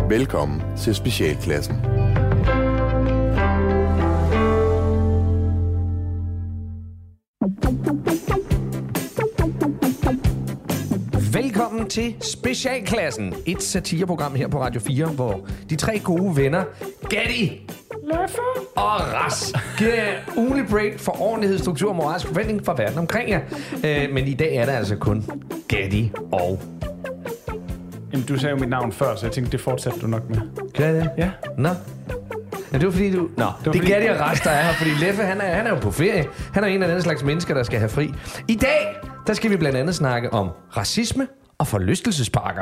Velkommen til Specialklassen. Velkommen til Specialklassen, et satireprogram her på Radio 4, hvor de tre gode venner, Gatti, Leffe og Ras, giver ugenlig break for ordentlighed, struktur og moralsk forventning fra verden omkring jer. Men i dag er der altså kun Gatti og... Jamen, du sagde jo mit navn før, så jeg tænkte, det fortsatte du nok med. Gør det? Ja. Nå. Ja, det var fordi du... Nå, det er Gatti og Ras, der er her, fordi Leffe, han er jo på ferie. Han er en af den slags mennesker, der skal have fri. I dag, der skal vi blandt andet snakke om racisme og forlystelsesparker.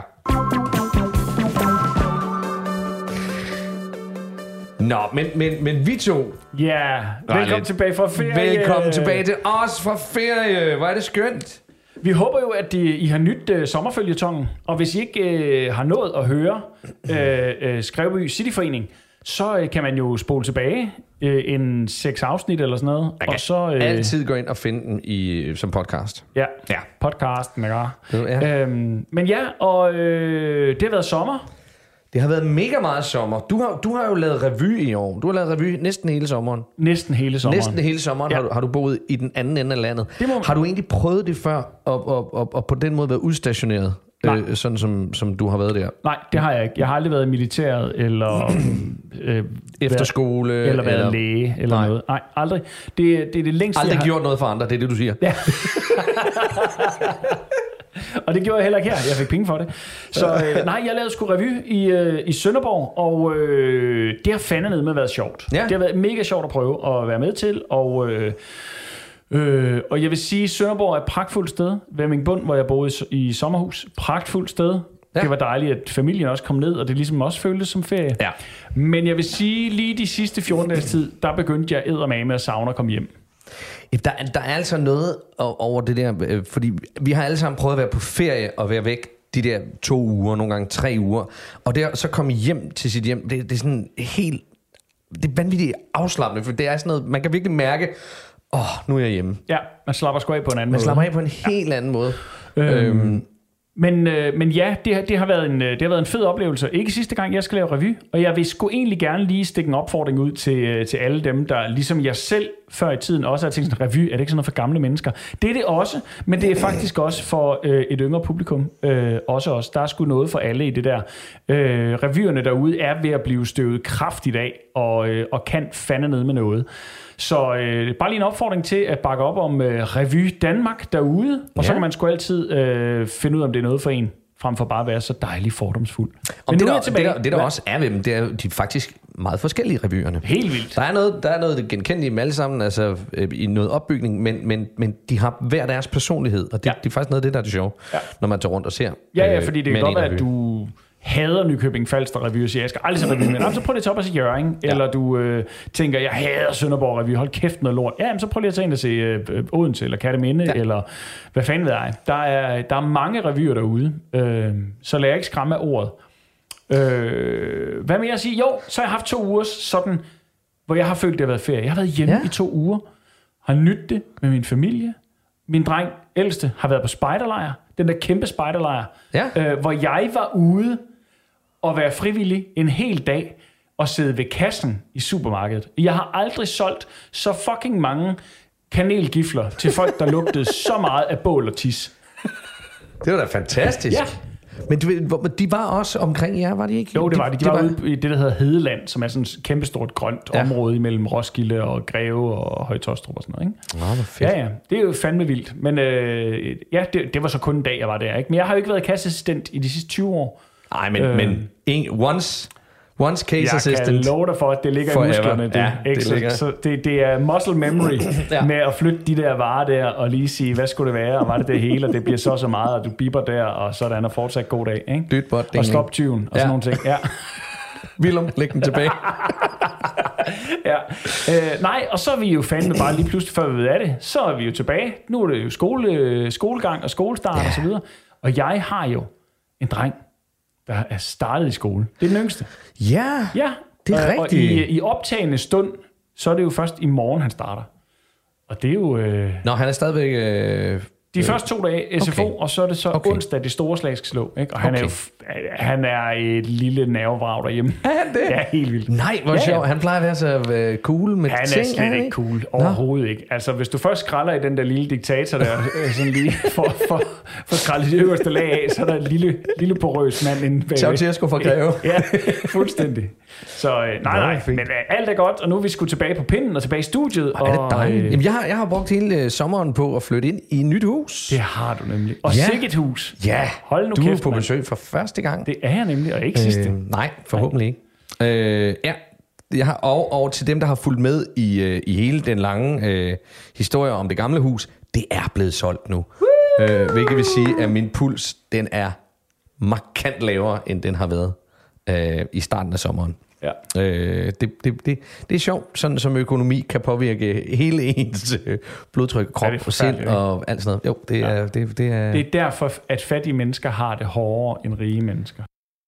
Nå, men vi to... Ja, velkommen tilbage fra ferie. Velkommen tilbage til os fra ferie. Hvor er det skønt. Vi håber jo, at I har nyt sommerføljetongen, og hvis I ikke har nået at høre Skrevby Cityforening, så kan man jo spole tilbage en 6 afsnit eller sådan noget. Man kan og så altid gå ind og finde den som podcast. Ja, podcasten, ikke? Ja. Men ja, og det har været sommer. Det har været mega meget sommer. Du har jo lavet revy i år. Du har lavet revy næsten hele sommeren. Næsten hele sommeren Ja. Har du boet i den anden ende af landet. Har du egentlig prøvet det før, og på den måde været udstationeret? Sådan som du har været der? Nej, det har jeg ikke. Jeg har aldrig været i militæret, eller efterskole, eller været læge, eller noget. Nej, aldrig. Det er det længste, aldrig gjort noget for andre, det er det, du siger? Ja. Og det gjorde jeg heller ikke her. Jeg fik penge for det. Så nej, jeg lavede sgu revy i Sønderborg, og det har fandme med været sjovt. Ja. Det har været mega sjovt at prøve at være med til, og jeg vil sige, at Sønderborg er et pragtfuldt sted. Væmmingbund, hvor jeg boede i sommerhus. Pragtfuldt sted. Ja. Det var dejligt, at familien også kom ned, og det ligesom også føltes som ferie. Ja. Men jeg vil sige, lige de sidste 14 dages tid, der begyndte jeg eddermame at savne at komme hjem. Der er altså noget over det der, fordi vi har alle sammen prøvet at være på ferie og være væk de der 2 uger, nogle gange 3 uger, og der så komme hjem til sit hjem, det er sådan helt, det er vanvittigt afslappende, for det er sådan noget, man kan virkelig mærke, nu er jeg hjemme. Ja, man slapper sgu af på en anden måde. Man slapper af på en helt anden måde. Men ja, det har været en fed oplevelse. Ikke sidste gang, jeg skal lave revy. Og jeg vil sgu egentlig gerne lige stikke en opfordring ud til alle dem, der ligesom jeg selv før i tiden også har tænkt sådan, revy, er det ikke sådan noget for gamle mennesker? Det er det også, men det er faktisk også for et yngre publikum. Også. Der er sgu noget for alle i det der. Revyerne derude er ved at blive støvet kraftigt af, og kan fandme ned med noget. Så bare lige en opfordring til at bakke op om Revy Danmark derude, og så kan man sgu altid finde ud af, om det er noget for en, frem for bare at være så dejlig fordomsfuld. Men det der også er ved dem, det er de er faktisk meget forskellige revyerne. Helt vildt. Der er noget genkendeligt med alle sammen, altså i noget opbygning, men de har hver deres personlighed, og det er faktisk noget af det, der er det sjove, når man tager rundt og ser. Ja, fordi det kan godt være, at du hader Nykøbing Falster Revy og siger, jeg skal aldrig se revy, men så prøv lige at tage op og se Hjørring. Ja. Eller du tænker, jeg hader Sønderborg Revy, hold kæft noget lort. Ja, men så prøv lige at tage ind og se Odense eller Kerteminde, eller hvad fanden ved jeg. Der er mange revyer derude, så lad jeg ikke skræmme af ordet. Hvad med at sige? Jo, så har jeg haft 2 uger sådan, hvor jeg har følt, det har været ferie. Jeg har været hjemme i 2 uger, har nydt det med min familie. Min dreng, ældste, har været på spejderlejr. Den der kæmpe spejderlejr, hvor jeg var ude og være frivillig en hel dag og sidde ved kassen i supermarkedet. Jeg har aldrig solgt så fucking mange kanelgifler til folk, der lugtede så meget af bål og tis. Det var da fantastisk. Ja. Men de var også omkring jer, var de ikke? Jo, det var de. De var ude i det, der hedder Hedeland, som er sådan et kæmpestort grønt område imellem Roskilde og Greve og Høje-Taastrup og sådan noget. Ikke? Hvor fedt. Ja, det er jo fandme vildt. Men det var så kun en dag, jeg var der. Ikke? Men jeg har jo ikke været kasseassistent i de sidste 20 år. Nej, men once case assistant. Jeg kan love dig for, at det ligger i musklerne. Det er muscle memory med at flytte de der varer der, og lige sige, hvad skulle det være, og var det det hele, og det bliver så meget, og du bipper der, og sådan, og fortsat god dag. Ikke? Og stop tyven, og sådan nogle ting. Ja. Willem, læg den tilbage. Nej, og så er vi jo fandme bare lige pludselig, før vi ved af det, så er vi jo tilbage. Nu er det jo skolegang og skolestart og så videre. Og jeg har jo en dreng, der er startet i skole. Det er den yngste. Ja, det er rigtigt. Og i optagende stund, så er det jo først i morgen, han starter. Og det er jo... Nå, han er stadigvæk De første 2 dage SFO, og så er det så onsdag, det store slag skal slå. Ikke? Og han er et lille nervevrag derhjemme. Er han det? Ja, helt vildt. Nej, hvor sjovt. Han plejer at være så cool med ting. Han er slet ikke cool. Overhovedet ikke. Altså, hvis du først skralder i den der lille diktator der, sådan lige for skralde det øverste lag af, så er der en lille porøs mand inde bagved. Ceausescu for Greve. Ja, fuldstændig. Så nej, men alt er godt, og nu er vi sgu tilbage på pinden og tilbage i studiet. Og er det dejligt. Jamen, jeg har brugt hele sommeren på at flytte ind i et nyt hus. Det har du nemlig. Og sikkert hus. Ja, hold nu du kæft, er på besøg for første gang. Det er jeg nemlig, og ikke sidste. Nej, forhåbentlig ikke. Jeg har, og til dem, der har fulgt med i hele den lange historie om det gamle hus, det er blevet solgt nu. Hvilket vil sige, at min puls, den er markant lavere, end den har været i starten af sommeren. Ja. Det er sjovt, sådan som økonomi kan påvirke hele ens blodtryk, krop og sind og alt sådan noget. Jo, det er... Det er derfor, at fattige mennesker har det hårdere end rige mennesker.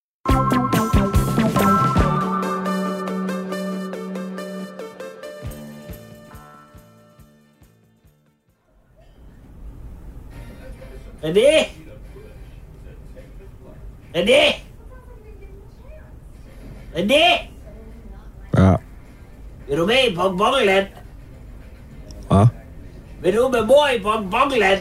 René! Ja. Vil du med i Bonbonland? Hvad? Vil du med mor i Bonbonland?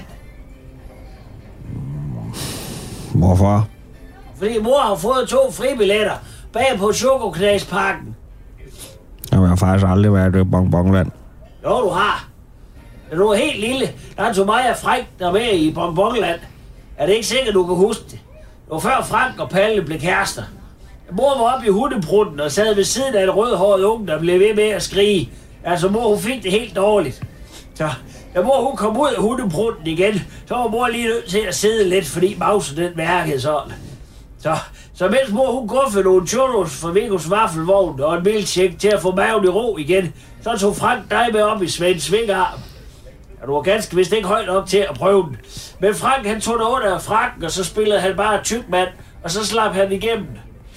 Hvorfor? Fordi mor har fået 2 fribilletter bag på Chokoknadsparken. Jeg har faktisk aldrig været i Bonbonland. Jo, du har. Da du var helt lille, der tog mig og Frank der med i Bonbonland. Er det ikke sikkert, du kan huske det? Det var før Frank og Palle blev kærester. Mor var oppe i hundeprutten og sad ved siden af en rødhåret unge, der blev ved med at skrige. Altså, mor hun fik det helt dårligt. Så da mor hun kom ud af hundeprutten igen, så var mor lige nødt til at sidde lidt, fordi mausen den mærkede sådan. Så mens mor hun guffede nogle churros fra Vigos vaffelvogn og en milkshake til at få maven i ro igen, så tog Frank dig med op i Svend Svingarm. Ja, du var ganske vist ikke højt nok til at prøve den. Men Frank han tog det under frakken, og så spillede han bare tyk mand, og så slap han igennem.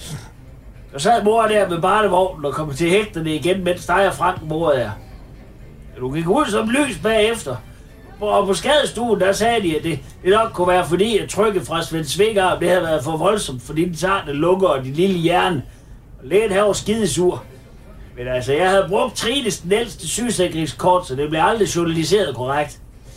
Og så sad mor der med barnevognen og kom til hægterne igen, mens dig og Frank mor der. Du gik ud som lys bagefter. Og på skadestuen, der sagde de, at det nok kunne være fordi, at trykket fra Svend Svingarm, det havde været for voldsomt for dine sarte lunger og din lille hjerne. Og lægen her var skidesur. Men altså, jeg havde brugt Trines den ældste sygesikringskort, så det blev aldrig journaliseret korrekt.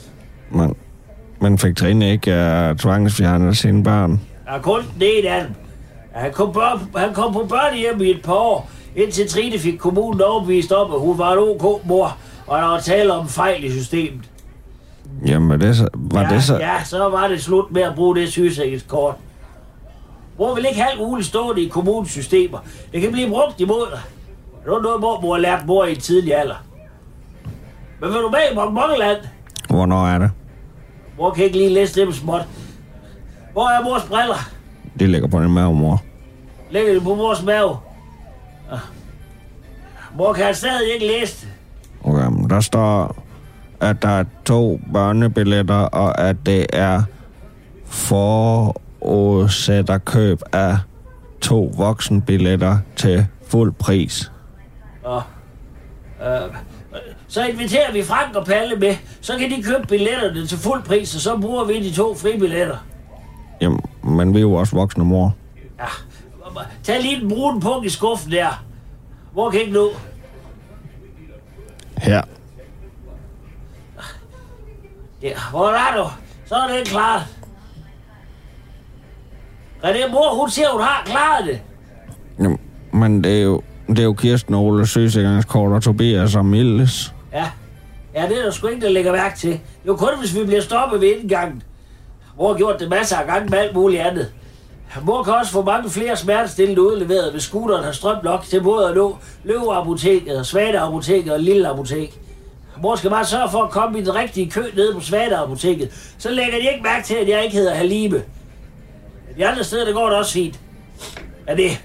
Men fik Trine ikke tvangsfjernet sine børn? Der er kun den ene af dem. Han kom på børnehjem i et par år, indtil Trine fik kommunen overbevist om, at hun var en OK mor, og der var tale om fejl i systemet. Jamen, det så... Ja, så var det slut med at bruge det sygesikringskort. Mor vil ikke have alt muligt stående i kommunens systemer. Det kan blive brugt imod dig. Det var noget, mor har lært mor i en tidlig alder. Men vil du med i Bonbonland? Hvornår er det? Mor kan ikke lige læse dem småt. Hvor er mors briller? De ligger på din mave, mor. Ligger de på mors mave? Ja. Mor kan stadig ikke læse det. Okay, men der står, at der er 2 børnebilletter, og at det er forudsætter køb af 2 voksenbilletter til fuld pris. Så inviterer vi Frank og Palle med, så kan de købe billetterne til fuld pris, og så bruger vi de 2 fribilletter. Jamen, men vi er jo også voksne, mor. Ja, tag lige den brune punkt i skuffen der. Hvor kan ikke nå? Her. Ja, hvor er du? Så er det klart. René, mor, hun siger, hun har klaret det. Jamen, men det er jo Kirsten og Ole sygesikringskort og Tobias og Milles. Ja, det er der sgu ikke, der lægger værk til. Det er jo kun, hvis vi bliver stoppet ved indgangen. Mor har gjort det masser af gange med alt muligt andet. Mor kan også få mange flere smertestillende udleveret, hvis scooteren har strøm nok til både at nå Løveapoteket, Svaneapoteket og Lille Apotek. Mor skal bare sørge for at komme i den rigtige kø nede på Svaneapoteket. Så lægger de ikke mærke til, at jeg ikke hedder Halime. De andre steder, der går det også fint. René!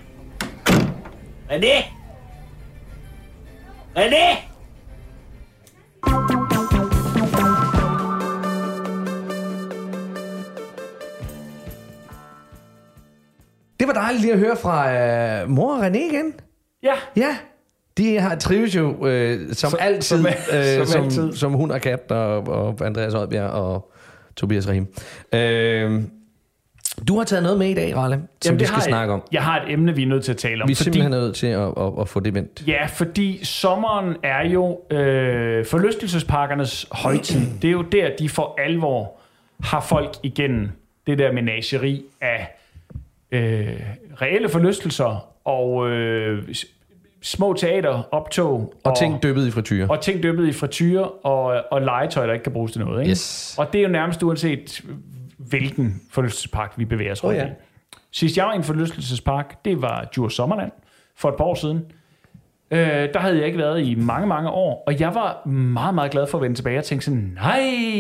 Det var dejligt lige at høre fra mor og René igen. Ja. Ja, de har trives jo som altid, som hund og kat og Andreas Oddbjerg og Tobias Rahim. Du har taget noget med i dag, Ralle, som vi skal snakke om. Jeg har et emne, vi er nødt til at tale om. Vi er simpelthen nødt til at få det vendt. Ja, fordi sommeren er jo forlystelsesparkernes højtid. Det er jo der, de for alvor har folk igennem det der menageri af reelle forlystelser og små teateroptog. Og ting dyppet i frityre. Og ting dyppet i frityre og legetøj, der ikke kan bruges til noget. Ikke? Yes. Og det er jo nærmest uanset hvilken forlystelsespark vi bevæger os rundt i. Sidst jeg var i en forlystelsespark, det var Djurs Sommerland for et par år siden. Der havde jeg ikke været i mange, mange år, og jeg var meget, meget glad for at vende tilbage og tænke sådan, nej,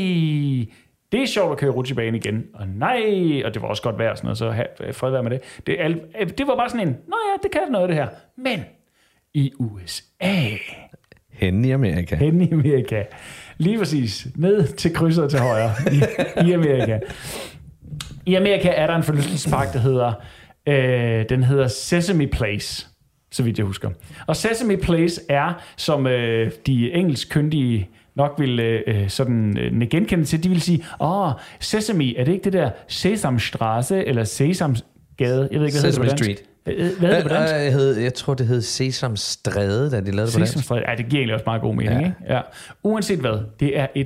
det er sjovt at køre rutsjebane igen, og nej, og det var også godt vejr, sådan noget, så fred være med det. Det var bare sådan en, nå ja, det kan noget det her. Men i USA... Henne i Amerika. Lige præcis. Ned til krydset til højre i Amerika. I Amerika er der en forlystelsespark, der hedder Sesame Place, så vidt jeg husker. Og Sesame Place er, som de engelskkyndige nok vil sådan genkende til, de vil sige, Sesame, er det ikke det der Sesamstraße eller Sesamgade? Jeg ved ikke, hvad Sesame hedder det Street. Hvad er det på dansk? Jeg tror, det hed Sesamstræde, da de lavede det på dansk. Sesamstræde, ja, det giver egentlig også meget god mening, ikke? Ja. Uanset hvad, det er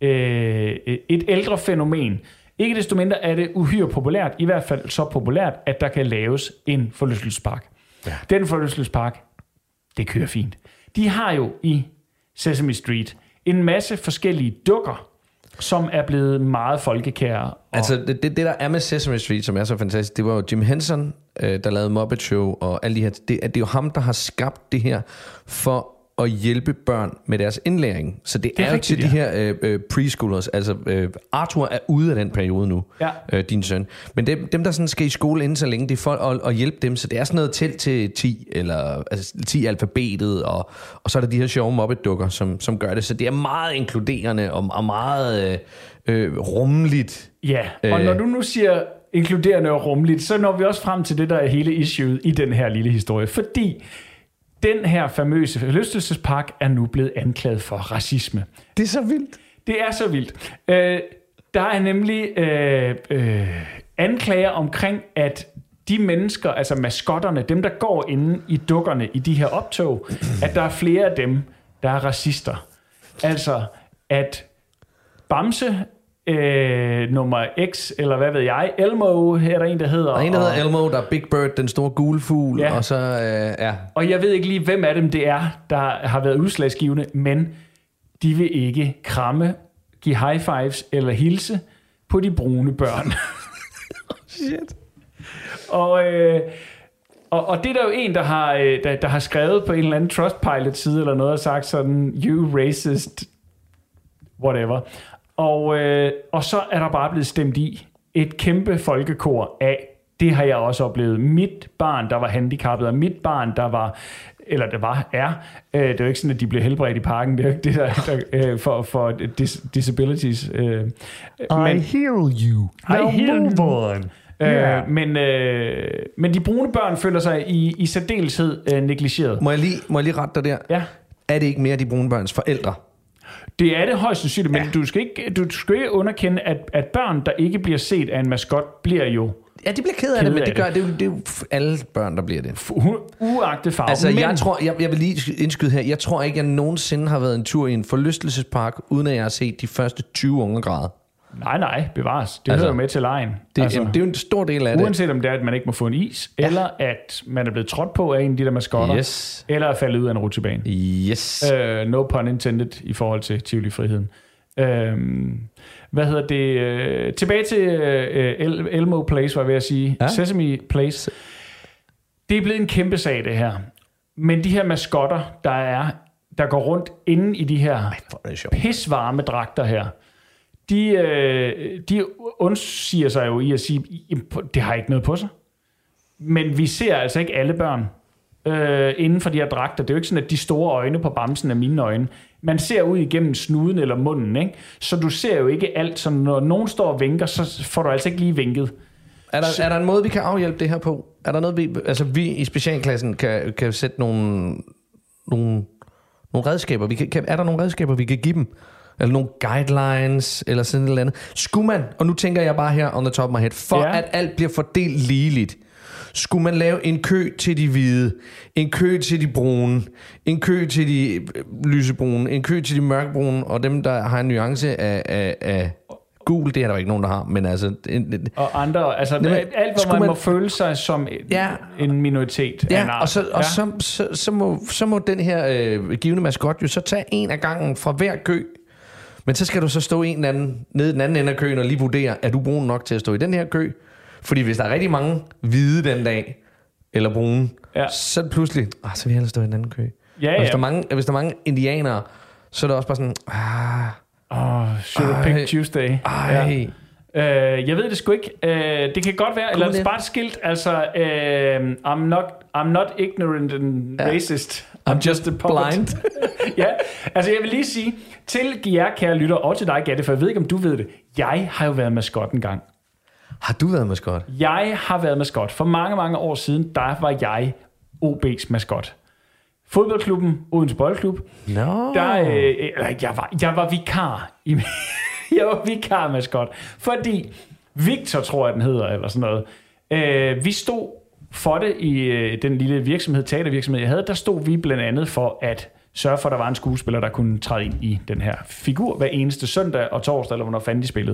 et ældre fænomen. Ikke desto mindre er det uhyre populært, i hvert fald så populært, at der kan laves en forlystelsespark. Ja. Den forlystelsespark, det kører fint. De har jo i Sesame Street en masse forskellige dukker, som er blevet meget folkekære. Altså, det der er med Sesame Street, som er så fantastisk, det var jo Jim Henson, der lavede Muppet Show, og alle de her. Det er jo ham, der har skabt det her for at hjælpe børn med deres indlæring. Så det er jo rigtigt, til de her preschoolers. Altså, Arthur er ude af den periode nu, din søn. Men dem, der sådan skal i skole inden så længe, det er for at hjælpe dem. Så det er sådan noget til 10, eller altså 10 alfabetet, og så er der de her sjove Muppet-dukker, som gør det. Så det er meget inkluderende og meget rummeligt. Ja, og når du nu siger inkluderende og rummeligt, så når vi også frem til det, der er hele issueet i den her lille historie. Fordi den her famøse forlystelsespark er nu blevet anklaget for racisme. Det er så vildt. Det er så vildt. Der er nemlig anklager omkring, at de mennesker, altså maskotterne, dem der går inde i dukkerne i de her optog, at der er flere af dem, der er racister. Altså, at Bamse nummer X, eller hvad ved jeg, Elmo, her er der en, der hedder... Der er en, der hedder Elmo, der er Big Bird, den store gule fugl, og så, Og jeg ved ikke lige, hvem af dem det er, der har været udslagsgivende, men de vil ikke kramme, give high fives eller hilse på de brune børn. Shit. Og det er der jo en, der har skrevet på en eller anden Trustpilot-side eller noget, og sagt sådan, you racist, whatever. Og så er der bare blevet stemt i et kæmpe folkekor af, det har jeg også oplevet. Mit barn, der var handicappet, og mit barn, der var, eller det er. Det er jo ikke sådan, at de bliver helbredt i parken. Det er jo ikke det, der for disabilities. I hear you. I hear you. Men de brune børn føler sig i særdeleshed negligeret. Må jeg lige rette dig der? Ja. Er det ikke mere de brune børns forældre? Det er det højst sandsynligt, men du skal ikke underkende, at børn, der ikke bliver set af en maskot, bliver jo... Ja, de bliver ked af det, men det er jo alle børn, der bliver det. Uagtet farve. Altså, jeg vil lige indskyde her, jeg tror ikke, jeg nogensinde har været en tur i en forlystelsespark, uden at jeg har set de første 20 unge grader. Nej, bevares. Det hører jo med til lejen. Det er jo en stor del af det. Uanset om det er, at man ikke må få en is, eller at man er blevet trådt på af en af de der maskotter, eller er faldet ud af en rutsjebane. Yes. No pun intended i forhold til Tivoli-friheden. Hvad hedder det? Tilbage til Elmo Place, var jeg ved at sige. Ja? Sesame Place. Det er blevet en kæmpe sag, det her. Men de her maskotter, der går rundt inde i de her pisvarme dragter her, de undsiger sig jo i at sige, det har ikke noget på sig. Men vi ser altså ikke alle børn inden for de her dragter. Det er jo ikke sådan, at de store øjne på bamsen er mine øjne. Man ser ud igennem snuden eller munden, ikke? Så du ser jo ikke alt. Så når nogen står og vinker, så får du altså ikke lige vinket. Er der en måde, vi kan afhjælpe det her på? Er der noget, vi i specialklassen kan sætte nogle redskaber? Er der nogle redskaber, vi kan give dem? eller nogle guidelines, eller sådan et eller andet. Skulle man, og nu tænker jeg bare her on the top of my head, for at alt bliver fordelt ligeligt, skulle man lave en kø til de hvide, en kø til de brune, en kø til de lysebrune, en kø til de mørkebrune, og dem, der har en nuance af gul, det er der ikke nogen, der har, men altså... og andre, altså alt, hvor man må føle sig som en minoritet. Ja, så må den her givende maskot jo så tage en af gangen fra hver kø, men så skal du så stå en anden nede i den anden ende af køen og lige vurdere, er du brun nok til at stå i den her kø? Fordi hvis der er rigtig mange hvide den dag, eller brune, så er det pludselig, så vil jeg hellere stå i en anden kø. Ja, og hvis der er mange indianere, så er det også bare sådan, should have picked Tuesday. Jeg ved det sgu ikke. Det kan godt være, eller bare et skilt, altså, I'm not ignorant and racist. I'm just blind. Ja, altså jeg vil lige sige, til jer kære lytter, og til dig, Gatte, for jeg ved ikke, om du ved det, jeg har jo været maskot en gang. Har du været maskot? Jeg har været maskot. For mange, mange år siden, der var jeg OB's maskot. Fodboldklubben, Odense Boldklub. No. Jeg var vikar. Jeg var vikar-maskot. Fordi Victor, tror jeg, den hedder, eller sådan noget. Vi stod for det i den lille virksomhed, teatervirksomhed, jeg havde. Der stod vi blandt andet for at sørge for, at der var en skuespiller, der kunne træde ind i den her figur hver eneste søndag og torsdag, eller hvornår fanden de spillede.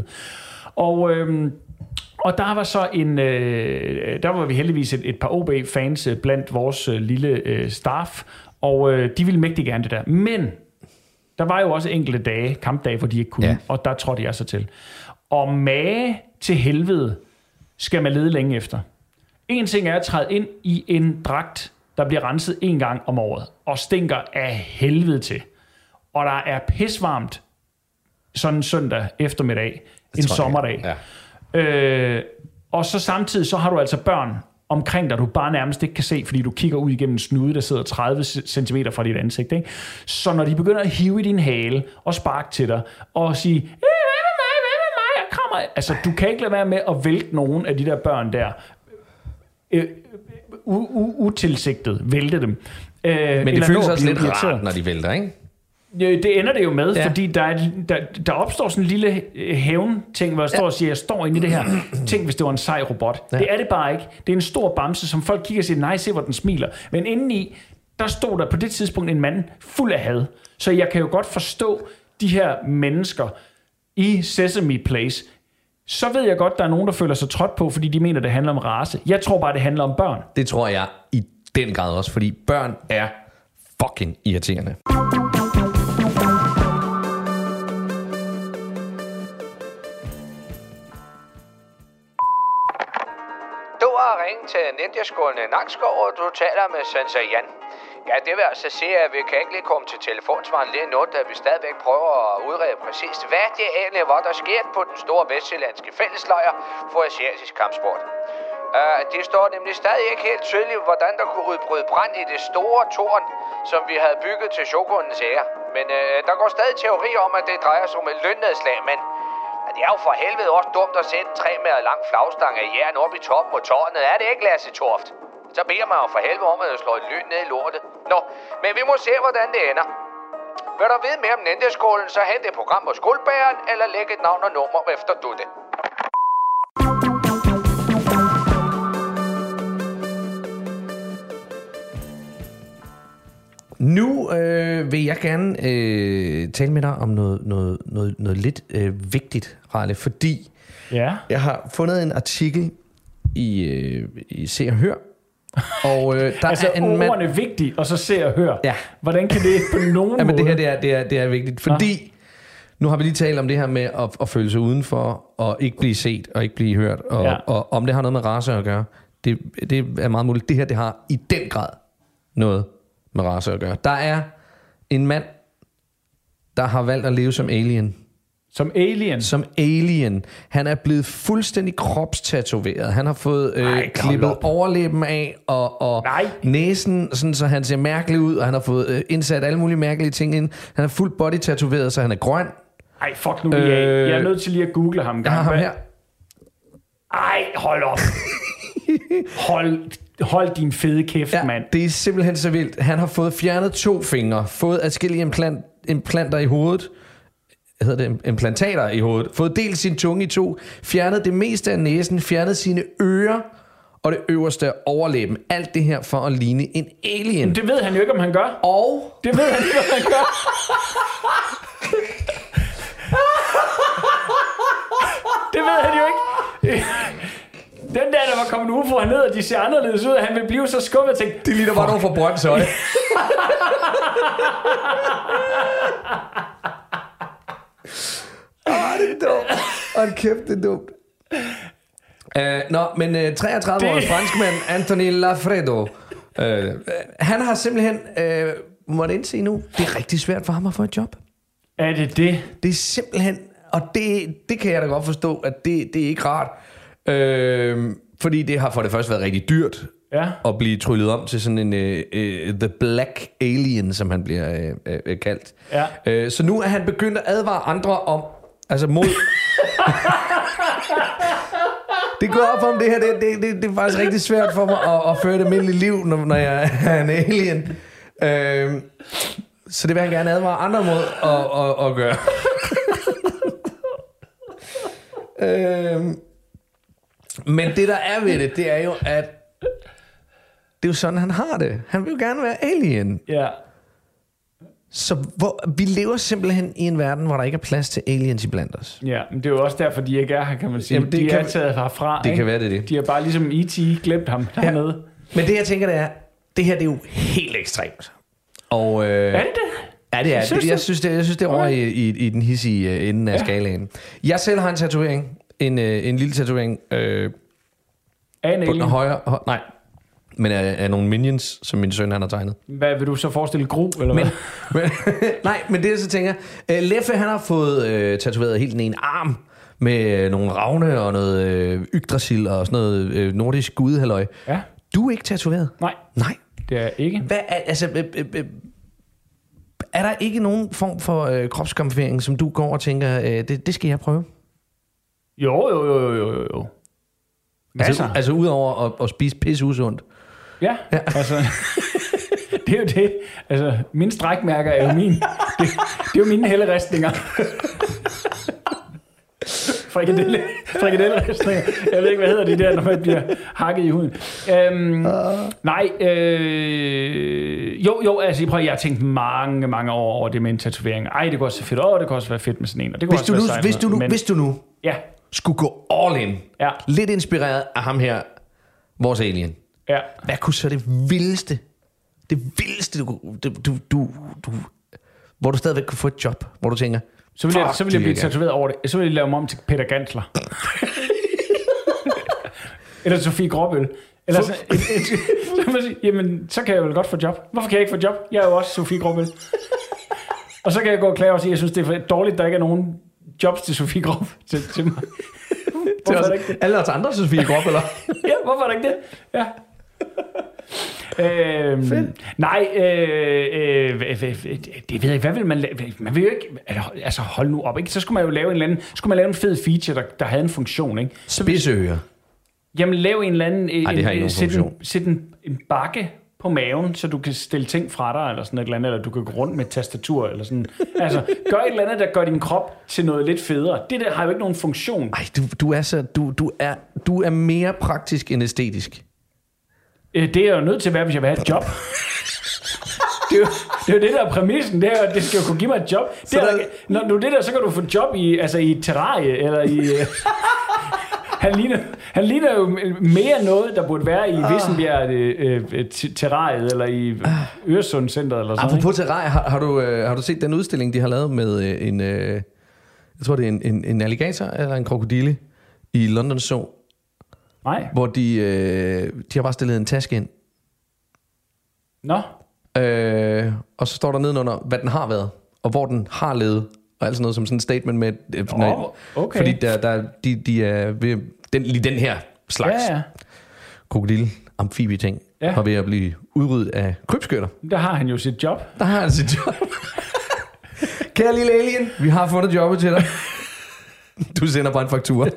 Og der var så der var vi heldigvis et par OB-fans blandt vores lille staff, og de ville mægtig gerne det der. Men der var jo også enkelte dage, kampdage, hvor de ikke kunne, og der trådte jeg så til. Og mage til helvede skal man lede længe efter. En ting er at træde ind i en dragt, der bliver renset en gang om året, og stinker af helvede til. Og der er pisvarmt sådan en søndag eftermiddag, en sommerdag. Ja. Og så samtidig så har du altså børn omkring dig, du bare nærmest ikke kan se, fordi du kigger ud igennem en snude, der sidder 30 cm fra dit ansigt. Ikke? Så når de begynder at hive i din hale og sparke til dig og sige, hvad med mig, jeg krammer. Altså, du kan ikke lade være med at vælte nogen af de der børn der. Utilsigtet vælte dem. Men det føles også lidt rart, når de vælter, ikke? Det ender det jo med, fordi der opstår sådan en lille hævn-ting, hvor jeg står og siger, jeg står inde i det her. Tænk, hvis det var en sej robot. Ja. Det er det bare ikke. Det er en stor bamse, som folk kigger og siger, nej, se hvor den smiler. Men indeni, der stod der på det tidspunkt en mand fuld af had. Så jeg kan jo godt forstå de her mennesker i Sesame Place. Så ved jeg godt, der er nogen, der føler sig trådt på, fordi de mener, det handler om race. Jeg tror bare, det handler om børn. Det tror jeg i den grad også, fordi børn er fucking irriterende. Du har ringet til Ninjaskolen i Nakskov, og du taler med Sensei Jan. Ja, det vil altså sige, at vi kan ikke lige komme til telefonsvaren lige nu, da vi stadigvæk prøver at udrede præcist, hvad det egentlig var, der sker på den store vestjyllandske fælleslejr for asiatisk kampsport. Det står nemlig stadig ikke helt tydeligt, hvordan der kunne udbryde brand i det store tårn, som vi havde bygget til Shogunens ære. Men der går stadig teori om, at det drejer sig om et lønnedslag, men det er jo for helvede også dumt at sætte en 3 meter lang flagstang af jern op i toppen på tårnet. Er det ikke, Lasse Toft? Så beder man jo for helvede om, at jeg slår et lyn ned i lortet. Nå, men vi må se, hvordan det ender. Vil du vide mere om Ninjaskolen, så hent et program på Skuldbæren, eller læg et navn og nummer efter du det. Nu vil jeg gerne tale med dig om noget lidt vigtigt, Ralle, fordi jeg har fundet en artikel i Se og Hør. Og der altså er en ordene er vigtige, og så Se og Hør. Ja. Hvordan kan det på nogen måde? Men det her det er vigtigt, fordi nu har vi lige talt om det her med at føle sig udenfor, og ikke blive set, og ikke blive hørt, og om det har noget med race at gøre. Det er meget muligt. Det her, det har i den grad noget med race at gøre. Der er en mand, der har valgt at leve som alien. Som alien? Som alien. Han er blevet fuldstændig kropstatoveret. Han har fået klippet overlæben af, og næsen, sådan, så han ser mærkelig ud, og han har fået indsat alle mulige mærkelige ting ind. Han er fuldt body tatoveret, så han er grøn. Ej, fuck nu lige af. Jeg er nødt til lige at google ham. Jeg har ham her. Ej, hold op. Hold din fede kæft, mand. Det er simpelthen så vildt. Han har fået fjernet 2 fingre, fået adskillige implanter i hovedet, implantater i hovedet, fået delt sin tunge i 2, fjernet det meste af næsen, fjernet sine ører og det øverste af overlæben. Alt det her for at ligne en alien. Men det ved han jo ikke, om han gør. Og det ved han ikke, om han gør. Det ved han jo ikke. Den der var kommet UFO herned, og de ser anderledes ud, og han vil blive så skuffet og tænke, det ligner bare nogen fra Brøndshøj. Det er dumt. Hold kæft, det er dumt. Men 33-årig franskmand Anthony Lafredo, han har simpelthen måtte indse nu, det er rigtig svært for ham at få et job. Er det det? Det er simpelthen, og det kan jeg da godt forstå, at det er ikke rart. Fordi det har for det første været rigtig dyrt at blive tryllet om til sådan en The Black Alien, som han bliver kaldt. Ja. Så nu er han begyndt at advare andre om, altså mod... Det går op om det her, det er faktisk rigtig svært for mig at føre et almindeligt liv, når jeg er en alien. Så det vil han gerne advare andre mod at gøre. Men det der er ved det er jo, at det er jo sådan, han har det. Han vil jo gerne være alien. Ja. Så vi lever simpelthen i en verden, hvor der ikke er plads til aliens iblandt os. Ja, men det er jo også derfor, de ikke er her, kan man sige. Jamen, de er taget herfra. Det ikke? kan være det. De har bare ligesom E.T. glemt ham dernede. Ja. Men det jeg tænker, det her det er jo helt ekstremt. Og, er det det? Ja, det er det. Jeg synes, det er over i den hissige ende af skalaen. Jeg selv har en tatovering. En lille tatovering. På den højre... Nej. Men af nogle minions, som min søn han har tegnet. Hvad vil du så forestille, Gru, eller hvad? Nej, men det jeg så tænker... Leffe, han har fået tatoveret helt den ene arm med nogle ravne og noget Yggdrasil og sådan noget nordisk gudehalløj. Ja. Du er ikke tatoveret? Nej. Det er ikke. Hvad er, altså... Er der ikke nogen form for kropskamuflering, som du går og tænker, det skal jeg prøve? Jo. Altså udover at spise pisse usundt. Ja, altså... Det er jo det. Altså, mine strækmærker er jo det er jo mine helleristninger. Frikadelleristninger. Jeg ved ikke, hvad hedder det der, når man bliver hakket i huden. Nej, jo, altså jeg har tænkt mange år over det med en tatovering. Ej, det kunne også være fedt. Det kunne også være fedt med sådan en. Og det kunne hvis du nu skulle gå all in, lidt inspireret af ham her, vores alien, hvad kunne så det vildeste, du hvor du stadigvæk kunne få et job, hvor du tænker, så vil jeg blive tatoveret over det. Så vil jeg lave mig om til Peter Gantler. Eller Sofie Gråbøl. Eller så jamen, så kan jeg vel godt få job. Hvorfor kan jeg ikke få job? Jeg er jo også Sofie Gråbøl. Og så kan jeg gå og klage og sige, jeg synes, det er dårligt, der ikke er nogen jobs til Sofie Gråbøl til mig. Hvorfor er det ikke det? Alle os andre Sofie Gråbøller. Ja, hvorfor er det ikke det? Ja. Nej, det ved jeg ikke. Hvad vil man lave? Man vil jo ikke, altså hold nu op, ikke? Så skulle man jo lave en fed feature, der havde en funktion, ikke? Spidseører. Jamen lave en eller anden, sæt en bakke på maven, så du kan stille ting fra dig, eller sådan et eller andet, eller du kan gå rundt med et tastatur, eller sådan. Altså, gør et eller andet, der gør din krop til noget lidt federe. Det der har jo ikke nogen funktion. Ej, du er mere praktisk end æstetisk. Det er jeg jo nødt til at være, hvis jeg vil have et job. Det er jo det, der er præmissen. Det skal jo kunne give mig et job. Når du det der, så kan du få et job i et terrarie, eller i... Han ligner jo mere noget, der burde være i Vissenbjerg terrariet, eller i Øresundscenteret, eller sådan. Apropos terrarie, har du set den udstilling, de har lavet med en... jeg tror, det er en alligator, eller en krokodille, i London Zoo? Nej. Hvor de har bare stillet en taske ind. Nå. Og så står der nedenunder, hvad den har været, og hvor den har levet, og alt sådan noget som sådan en statement med... Okay. Fordi de er ved... Lige den her slags krokodille, amfibie-ting, var ved at blive udryddet af krybskytter. Der har han jo sit job. Kære lille alien, vi har fundet jobbet til dig. Du sender bare en faktura.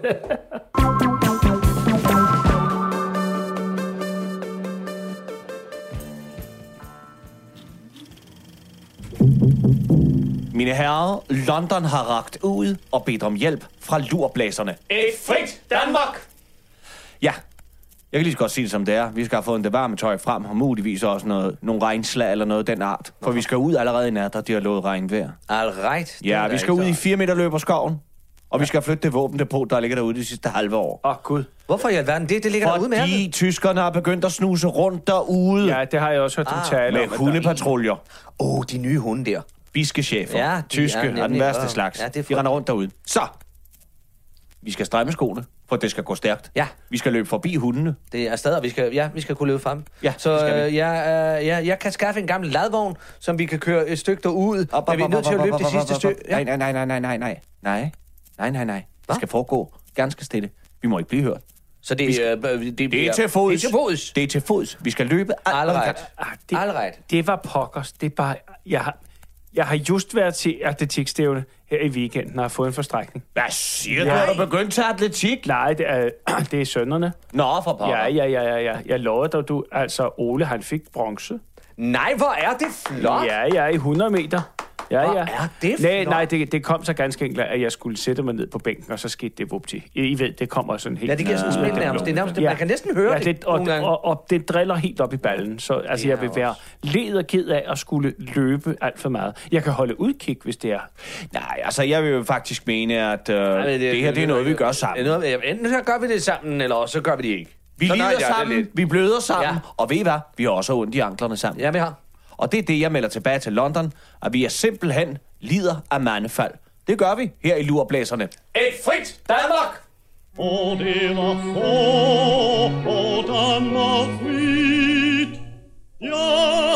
Mine herrer, London har rakt ud og bedt om hjælp fra lurblæserne. Et frit Danmark! Ja, jeg kan lige så godt sige det som det er. Vi skal have fået en varme tøj frem, og muligvis også nogle regnslag eller noget den art. For vi skal ud allerede i nat, og de har lovet regnvejr. Alright. Ja, vi skal ud i 4 meter løb af skoven. Og vi skal flytte det våbendepot, der ligger derude de sidste halve år. Gud. Hvorfor i alverden? Det ligger derude med. Fordi tyskerne har begyndt at snuse rundt derude. Ja, det har jeg også hørt dem tale om. Med hundepatruljer. De nye hunde der. Bischechefer. Ja, tyske er den værste slags. Ja, de render rundt derude. Så. Vi skal stramme skoene, for det skal gå stærkt. Ja. Vi skal løbe forbi hundene. Det er stadig, vi skal kunne løbe frem. Ja, så jeg kan skaffe en gammel ladvogn, som vi kan køre et stykke derud. Men vi er nødt til at løbe det sidste stykke. Nej. Det skal foregå ganske stille. Vi må ikke blive hørt. Så det er til fods. Det er til fods. Vi skal løbe Alright. Det var pokkers. Det er bare... Jeg har just været til atletikstævne her i weekenden og har fået en forstrækning. Hvad siger du? Har du begyndt til atletik? Nej, det er sønnerne. Nå, for pokker. Ja. Jeg lovede dig, du... Altså, Ole, han fik bronze. Nej, hvor er det flot! Ja, i 100 meter. Ja. Hvor er det flot? Nej, det kom så ganske enkelt, at jeg skulle sætte mig ned på bænken, og så skete det vupti. I ved, det kommer sådan helt... Ja, det giver sådan en smæld nærmest. Det er nærmest, man kan næsten høre det og det driller helt op i ballen. Så altså, jeg vil være led og ked af at skulle løbe alt for meget. Jeg kan holde udkig, hvis det er. Nej, altså, jeg vil jo faktisk mene, at det her det er noget, vi gør sammen. Enten så gør vi det sammen, eller så gør vi det ikke. Vi lider sammen, vi bløder sammen, og ved I hvad? Vi har også ondt i anklerne sammen. Ja, vi har. Og det er det, jeg melder tilbage til London, at vi er simpelthen lider af mandefald. Det gør vi her i lurblæserne. Et frit Danmark! Og det var og Danmark frit. Ja,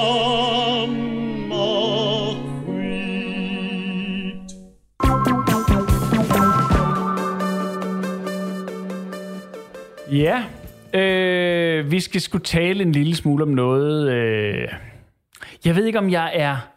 Danmark frit. Ja, vi skal sgu tale en lille smule om noget... Jeg ved ikke, om jeg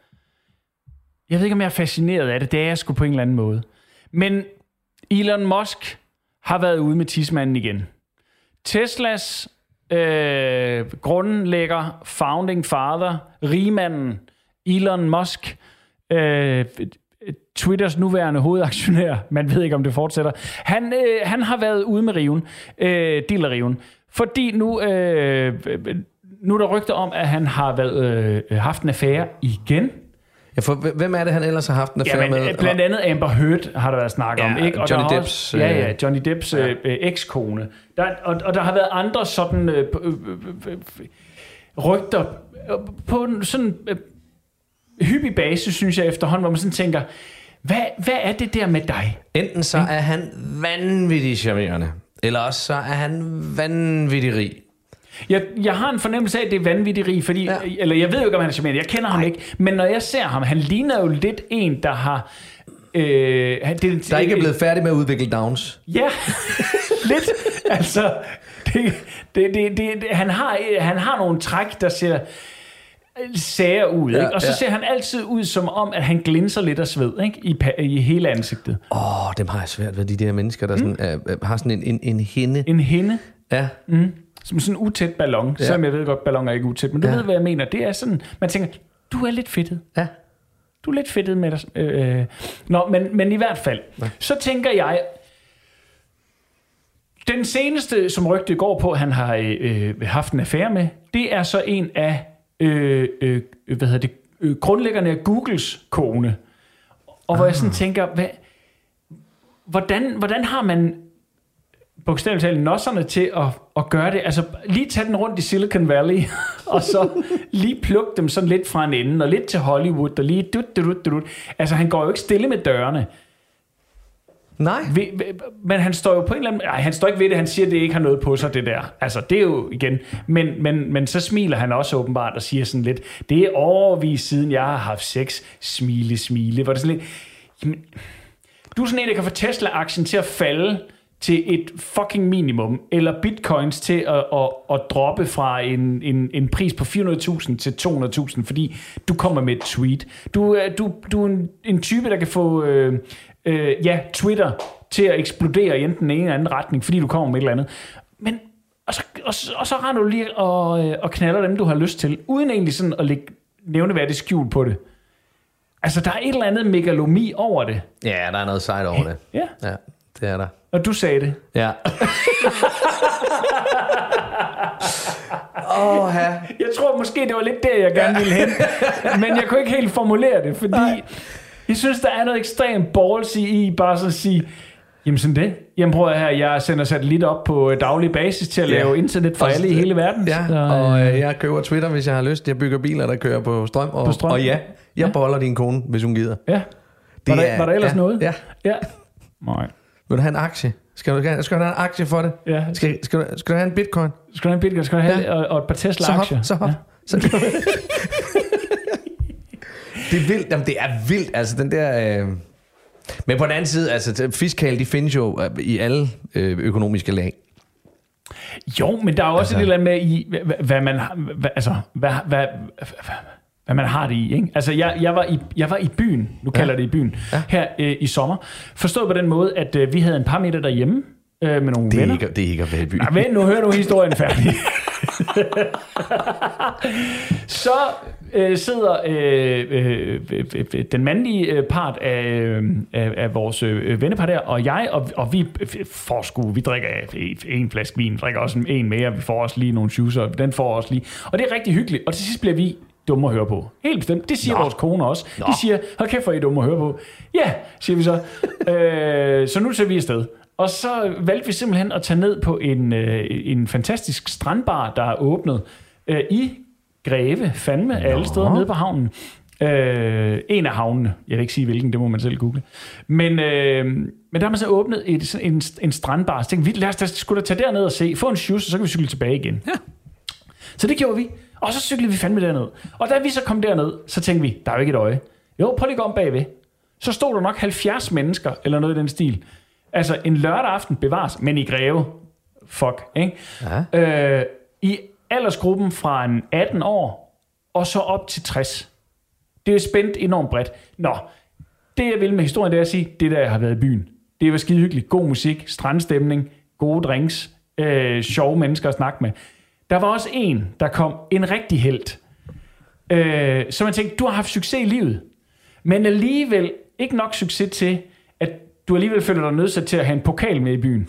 er fascineret af det. Det er jeg sgu på en eller anden måde. Men Elon Musk har været ude med tidsmanden igen. Teslas grundlægger, founding father, rigmanden Elon Musk, Twitters nuværende hovedaktionær, man ved ikke, om det fortsætter. Han har været ude med riven, dealerriven, fordi nu er der rygter om, at han har haft en affære igen. Ja, for hvem er det, han ellers har haft en affære med? Blandt andet Amber Heard har der været snak om. Ikke? Og Johnny Depps... Johnny Depps ekskone. Og der har været andre sådan rygter på sådan hyppig basis, synes jeg efterhånden, hvor man sådan tænker, hvad er det der med dig? Enten så er han vanvittigt charmerende, eller også så er han vanvittigt rig. Jeg har en fornemmelse af, at det er vanvittigt rig, fordi, eller jeg ved jo ikke, om han er charmerende, jeg kender ham ikke, men når jeg ser ham, han ligner jo lidt en, der har... der ikke er blevet færdig med at udvikle Downs. Ja, lidt. Altså, han har nogle træk, der ser sager ud, ikke? Og så ser han altid ud som om, at han glinser lidt af sved, ikke? I hele ansigtet. Dem har jeg svært ved, de der mennesker, der sådan, har sådan en hinde. En hinde? Ja. Som sådan en utæt ballon, selvom jeg ved godt, balloner er ikke utæt, men du ved, hvad jeg mener. Det er sådan, man tænker, du er lidt fedtet. Ja. Du er lidt fedtet med dig. Men i hvert fald, så tænker jeg, den seneste, som rygtet går på, han har haft en affære med, det er så en af grundlæggerne af Googles kone. Og hvor jeg sådan tænker, hvordan har man bogstaveligt talt nosserne til at gøre det? Altså lige tage den rundt i Silicon Valley, og så lige plukke dem sådan lidt fra en ende, og lidt til Hollywood, og lige dut. Altså han går jo ikke stille med dørene. Nej. Men han står jo på en eller anden... Nej, han står ikke ved det, han siger, at det ikke har noget på sig, det der. Altså, det er jo igen... Men så smiler han også åbenbart og siger sådan lidt, det er overvis siden, jeg har haft sex. Smile. Hvor det sådan lidt... Jamen, du er sådan en, der kan få Tesla-aktien til at falde til et fucking minimum, eller bitcoins til at droppe fra en pris på 400.000 til 200.000, fordi du kommer med et tweet. Du er en type, der kan få... Twitter til at eksplodere i enten en eller anden retning, fordi du kommer med et eller andet. Men, og så render du lige og knaller dem, du har lyst til, uden egentlig sådan at lægge nævneværdigt skjul på det. Altså, der er et eller andet megalomi over det. Ja, der er noget sejt over det. Ja. Ja, det er der. Og du sagde det. Ja. Jeg tror måske, det var lidt der, jeg gerne ville hen. Men jeg kunne ikke helt formulere det, fordi jeg synes, der er noget ekstremt ballsy i bare så at sige, jamen sådan det. Jamen prøv at her, jeg sender satellitter op på daglig basis til at lave internet for alle i hele verden. Ja, så, og jeg køber Twitter, hvis jeg har lyst. Jeg bygger biler, der kører på strøm. Og ja, jeg beholder din kone, hvis hun gider. Ja. Var der ellers noget? Ja. Nej. Vil du have en aktie? Skal du have en aktie for det? Ja. Skal du have en bitcoin? Skal du have en bitcoin? Skal du have og et par Tesla-aktier? Så hop. Ja. Det er vildt. Jamen, det er vildt. Altså, den der... Men på den anden side, altså, fiskal, de findes jo i alle økonomiske lag. Jo, men der er også et eller andet med i, hvad man har... Hvad man har det i, ikke? Altså, jeg var i byen, nu kalder det i byen, her i sommer. Forstået på den måde, at vi havde en par meter derhjemme med nogle venner. Det er ikke at være i byen. Nej, vent, nu hører du historien færdig. Så sidder den mandlige part af vores vennepar der, og jeg, og vi får vi drikker en flaske vin, drikker også en mere, vi får også lige nogle juicer, den får også lige, og det er rigtig hyggeligt, og til sidst bliver vi dumme at høre på. Helt bestemt. Det siger vores kone også. De siger, hold kæft, hvor I dumme at høre på. Ja, siger vi så. Så nu tager vi afsted. Og så valgte vi simpelthen at tage ned på en fantastisk strandbar, der er åbnet i Greve, fandme, alle steder nede på havnen. En af havnene. Jeg vil ikke sige hvilken, det må man selv google. Men der har man så åbnet en strandbar. Så tænkte vi, lad os sgu da tage derned og se, få en shoes, og så kan vi cykle tilbage igen. Ja. Så det gjorde vi. Og så cyklede vi fandme derned. Og da vi så kom derned, så tænkte vi, der er jo ikke et øje. Jo, prøv lige at gå om bagved. Så stod der nok 70 mennesker, eller noget i den stil. Altså en lørdag aften bevares, men i Greve. Fuck, ikke? Ja. I aldersgruppen fra en 18 år, og så op til 60. Det er spændt enormt bredt. Nå, det jeg vil med historien, det er at sige, det der jeg har været i byen. Det var skide hyggeligt. God musik, strandstemning, gode drinks, sjove mennesker at snakke med. Der var også en, der kom, en rigtig helt. Så man tænkte, du har haft succes i livet, men alligevel ikke nok succes til, at du alligevel føler dig nødsat til at have en pokal med i byen.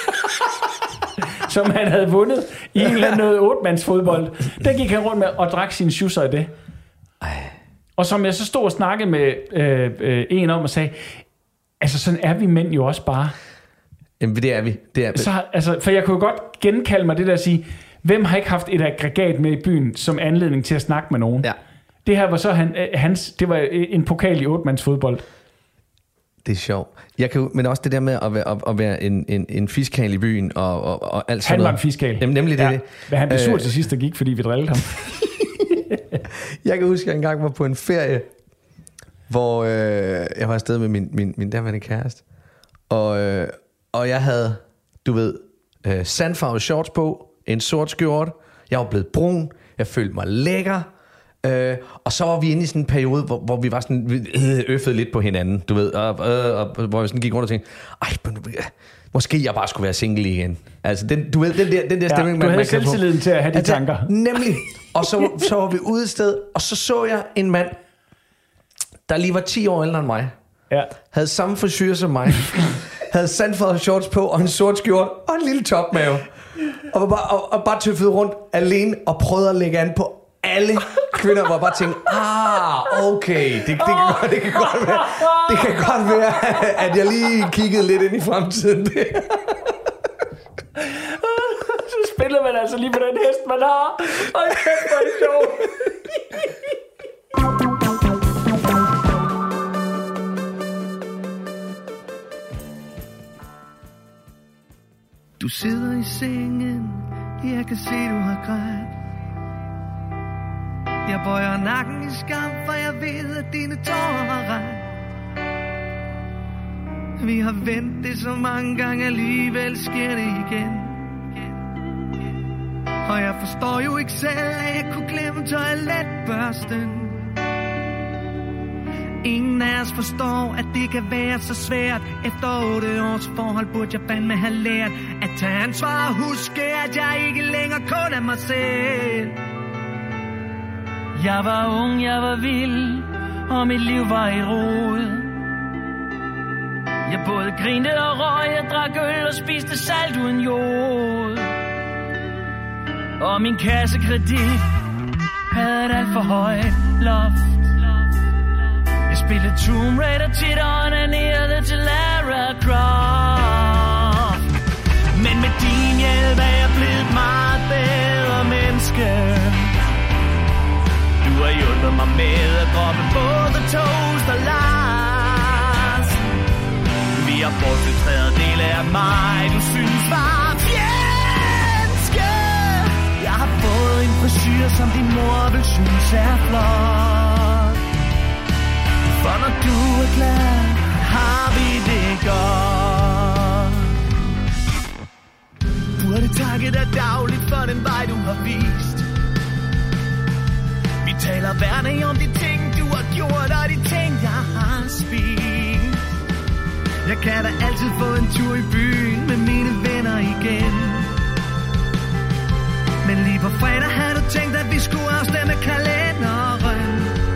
Som han havde vundet i en eller anden 8-mandsfodbold. Der gik han rundt med og drak sine shoeser af det. Og som jeg så stod og snakkede med en om og sagde, altså sådan er vi mænd jo også bare. Jamen det er vi. Så, altså, for jeg kunne godt genkalde mig det der at sige, hvem har ikke haft et aggregat med i byen som anledning til at snakke med nogen? Ja. Det her var så det var en pokal i 8-mandsfodbold. Det er sjovt. Men også det der med at være en fiskal i byen og alt sådan noget. Han var en fiskal. Jamen, nemlig det. Men han blev sur til sidst, der gik, fordi vi drillede ham. Jeg kan huske, at jeg engang var på en ferie, hvor jeg var afsted med min daværende kæreste. Og jeg havde, du ved, sandfarvede shorts på, en sort skjorte. Jeg var blevet brun. Jeg følte mig lækker. Og så var vi inde i sådan en periode, hvor vi var sådan øffede lidt på hinanden, du ved, og hvor vi sådan gik rundt og tænkte, måske jeg bare skulle være single igen. Altså, du ved, den der stemning, du havde selvtilliden til at have de tanker. Nemlig. Og så var vi ude et sted, og så jeg en mand, der lige var 10 år ældre end mig. Ja. Havde samme frisyr som mig. Havde sandfarvede shorts på, og en sort skjorte, og en lille topmave. Og bare tøffede rundt alene, og prøvede at lægge an på alle kvinder, var bare tænkt, okay, det kan godt være, at jeg lige kiggede lidt ind i fremtiden. Så spiller man altså lige på den hest, man har. Og kæft, hvor er det sjovt. Du sidder i sengen, jeg kan se, du har grædt. Jeg bøjer nakken i skam, for jeg ved, at dine tårer har ret. Vi har vendt det så mange gange, alligevel sker det igen. Og jeg forstår jo ikke selv, at jeg kunne glemme toiletbørsten. Ingen af os forstår, at det kan være så svært. Efter 8 års forhold burde jeg fandme have lært at tage ansvar og huske, at jeg ikke længere kun er mig selv. Jeg var ung, jeg var vild, og mit liv var i rod. Jeg både grinte og røg, jeg drak øl og spiste salt uden jord. Og min kassekredit havde et alt for højt loft. Jeg spillede Tomb Raider tit og onanerede til Lara Croft. Men med din hjælp er jeg blevet et meget bedre menneske. Du har hjulpet mig med at droppe både toast og Lars. Vi har brugt en tredjedel af mig, du synes var fjendske. Jeg har fået en frisyr, som din mor vil synes er flot. For når du er glad, har vi det godt. Burde takke dig dagligt for den vej, du har vist. Vi taler hverdag om de ting, du har gjort, og de ting, jeg har spist. Jeg kan da altid få en tur i byen med mine venner igen. Men lige på fredag havde du tænkt, at vi skulle afstemme kalenderen.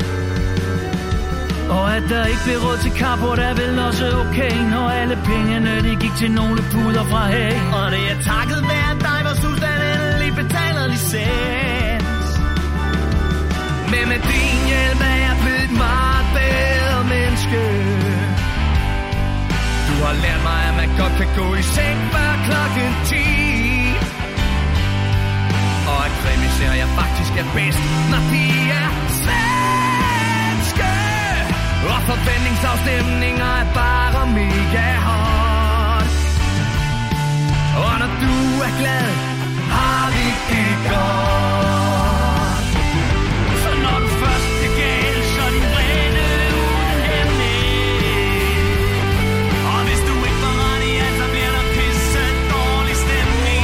Og at der ikke blev råd til carport er vel også okay, når alle pengene de gik til nogle puder fra hæk. Og det er takket være dig, hvor Susan endelig betaler licens. Men med din hjælp er jeg blevet et meget bedre menneske. Du har lært mig, at man godt kan gå i seng før klokken 10. Og at krimiserier faktisk er bedst, når de er svenske. Og forventningsafstemninger er bare mega hot. Og når du er glad, har vi det godt. Så når du først er gal, så er din vrede uden hæmning. Og hvis du ikke får ret i alt, så bliver der pisse dårlig stemning.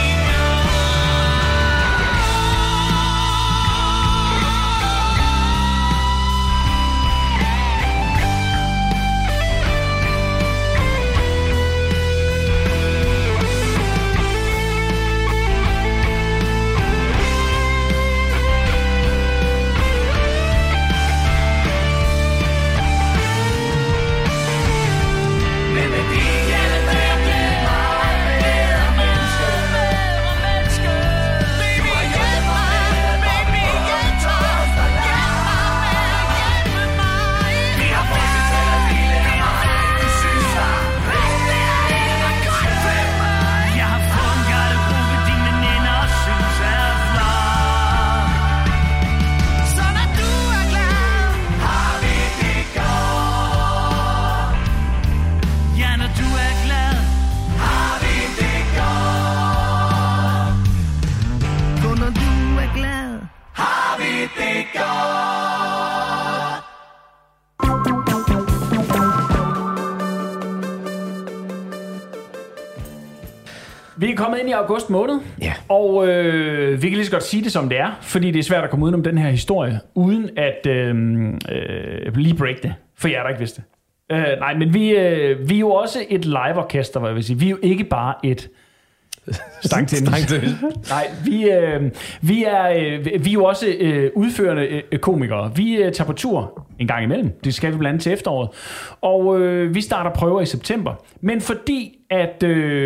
Vi er kommet ind i august måned, og vi kan lige så godt sige det, som det er, fordi det er svært at komme udenom den her historie, uden at lige break det, for jeg der ikke vidste det. Nej, men vi er jo også et live-orkester, hvad jeg vil sige. Vi er jo ikke bare et stangtennis. Nej, vi er jo også udførende komikere. Vi tager på tur en gang imellem. Det skal vi blandt andet til efteråret. Og vi starter prøver i september. Men fordi at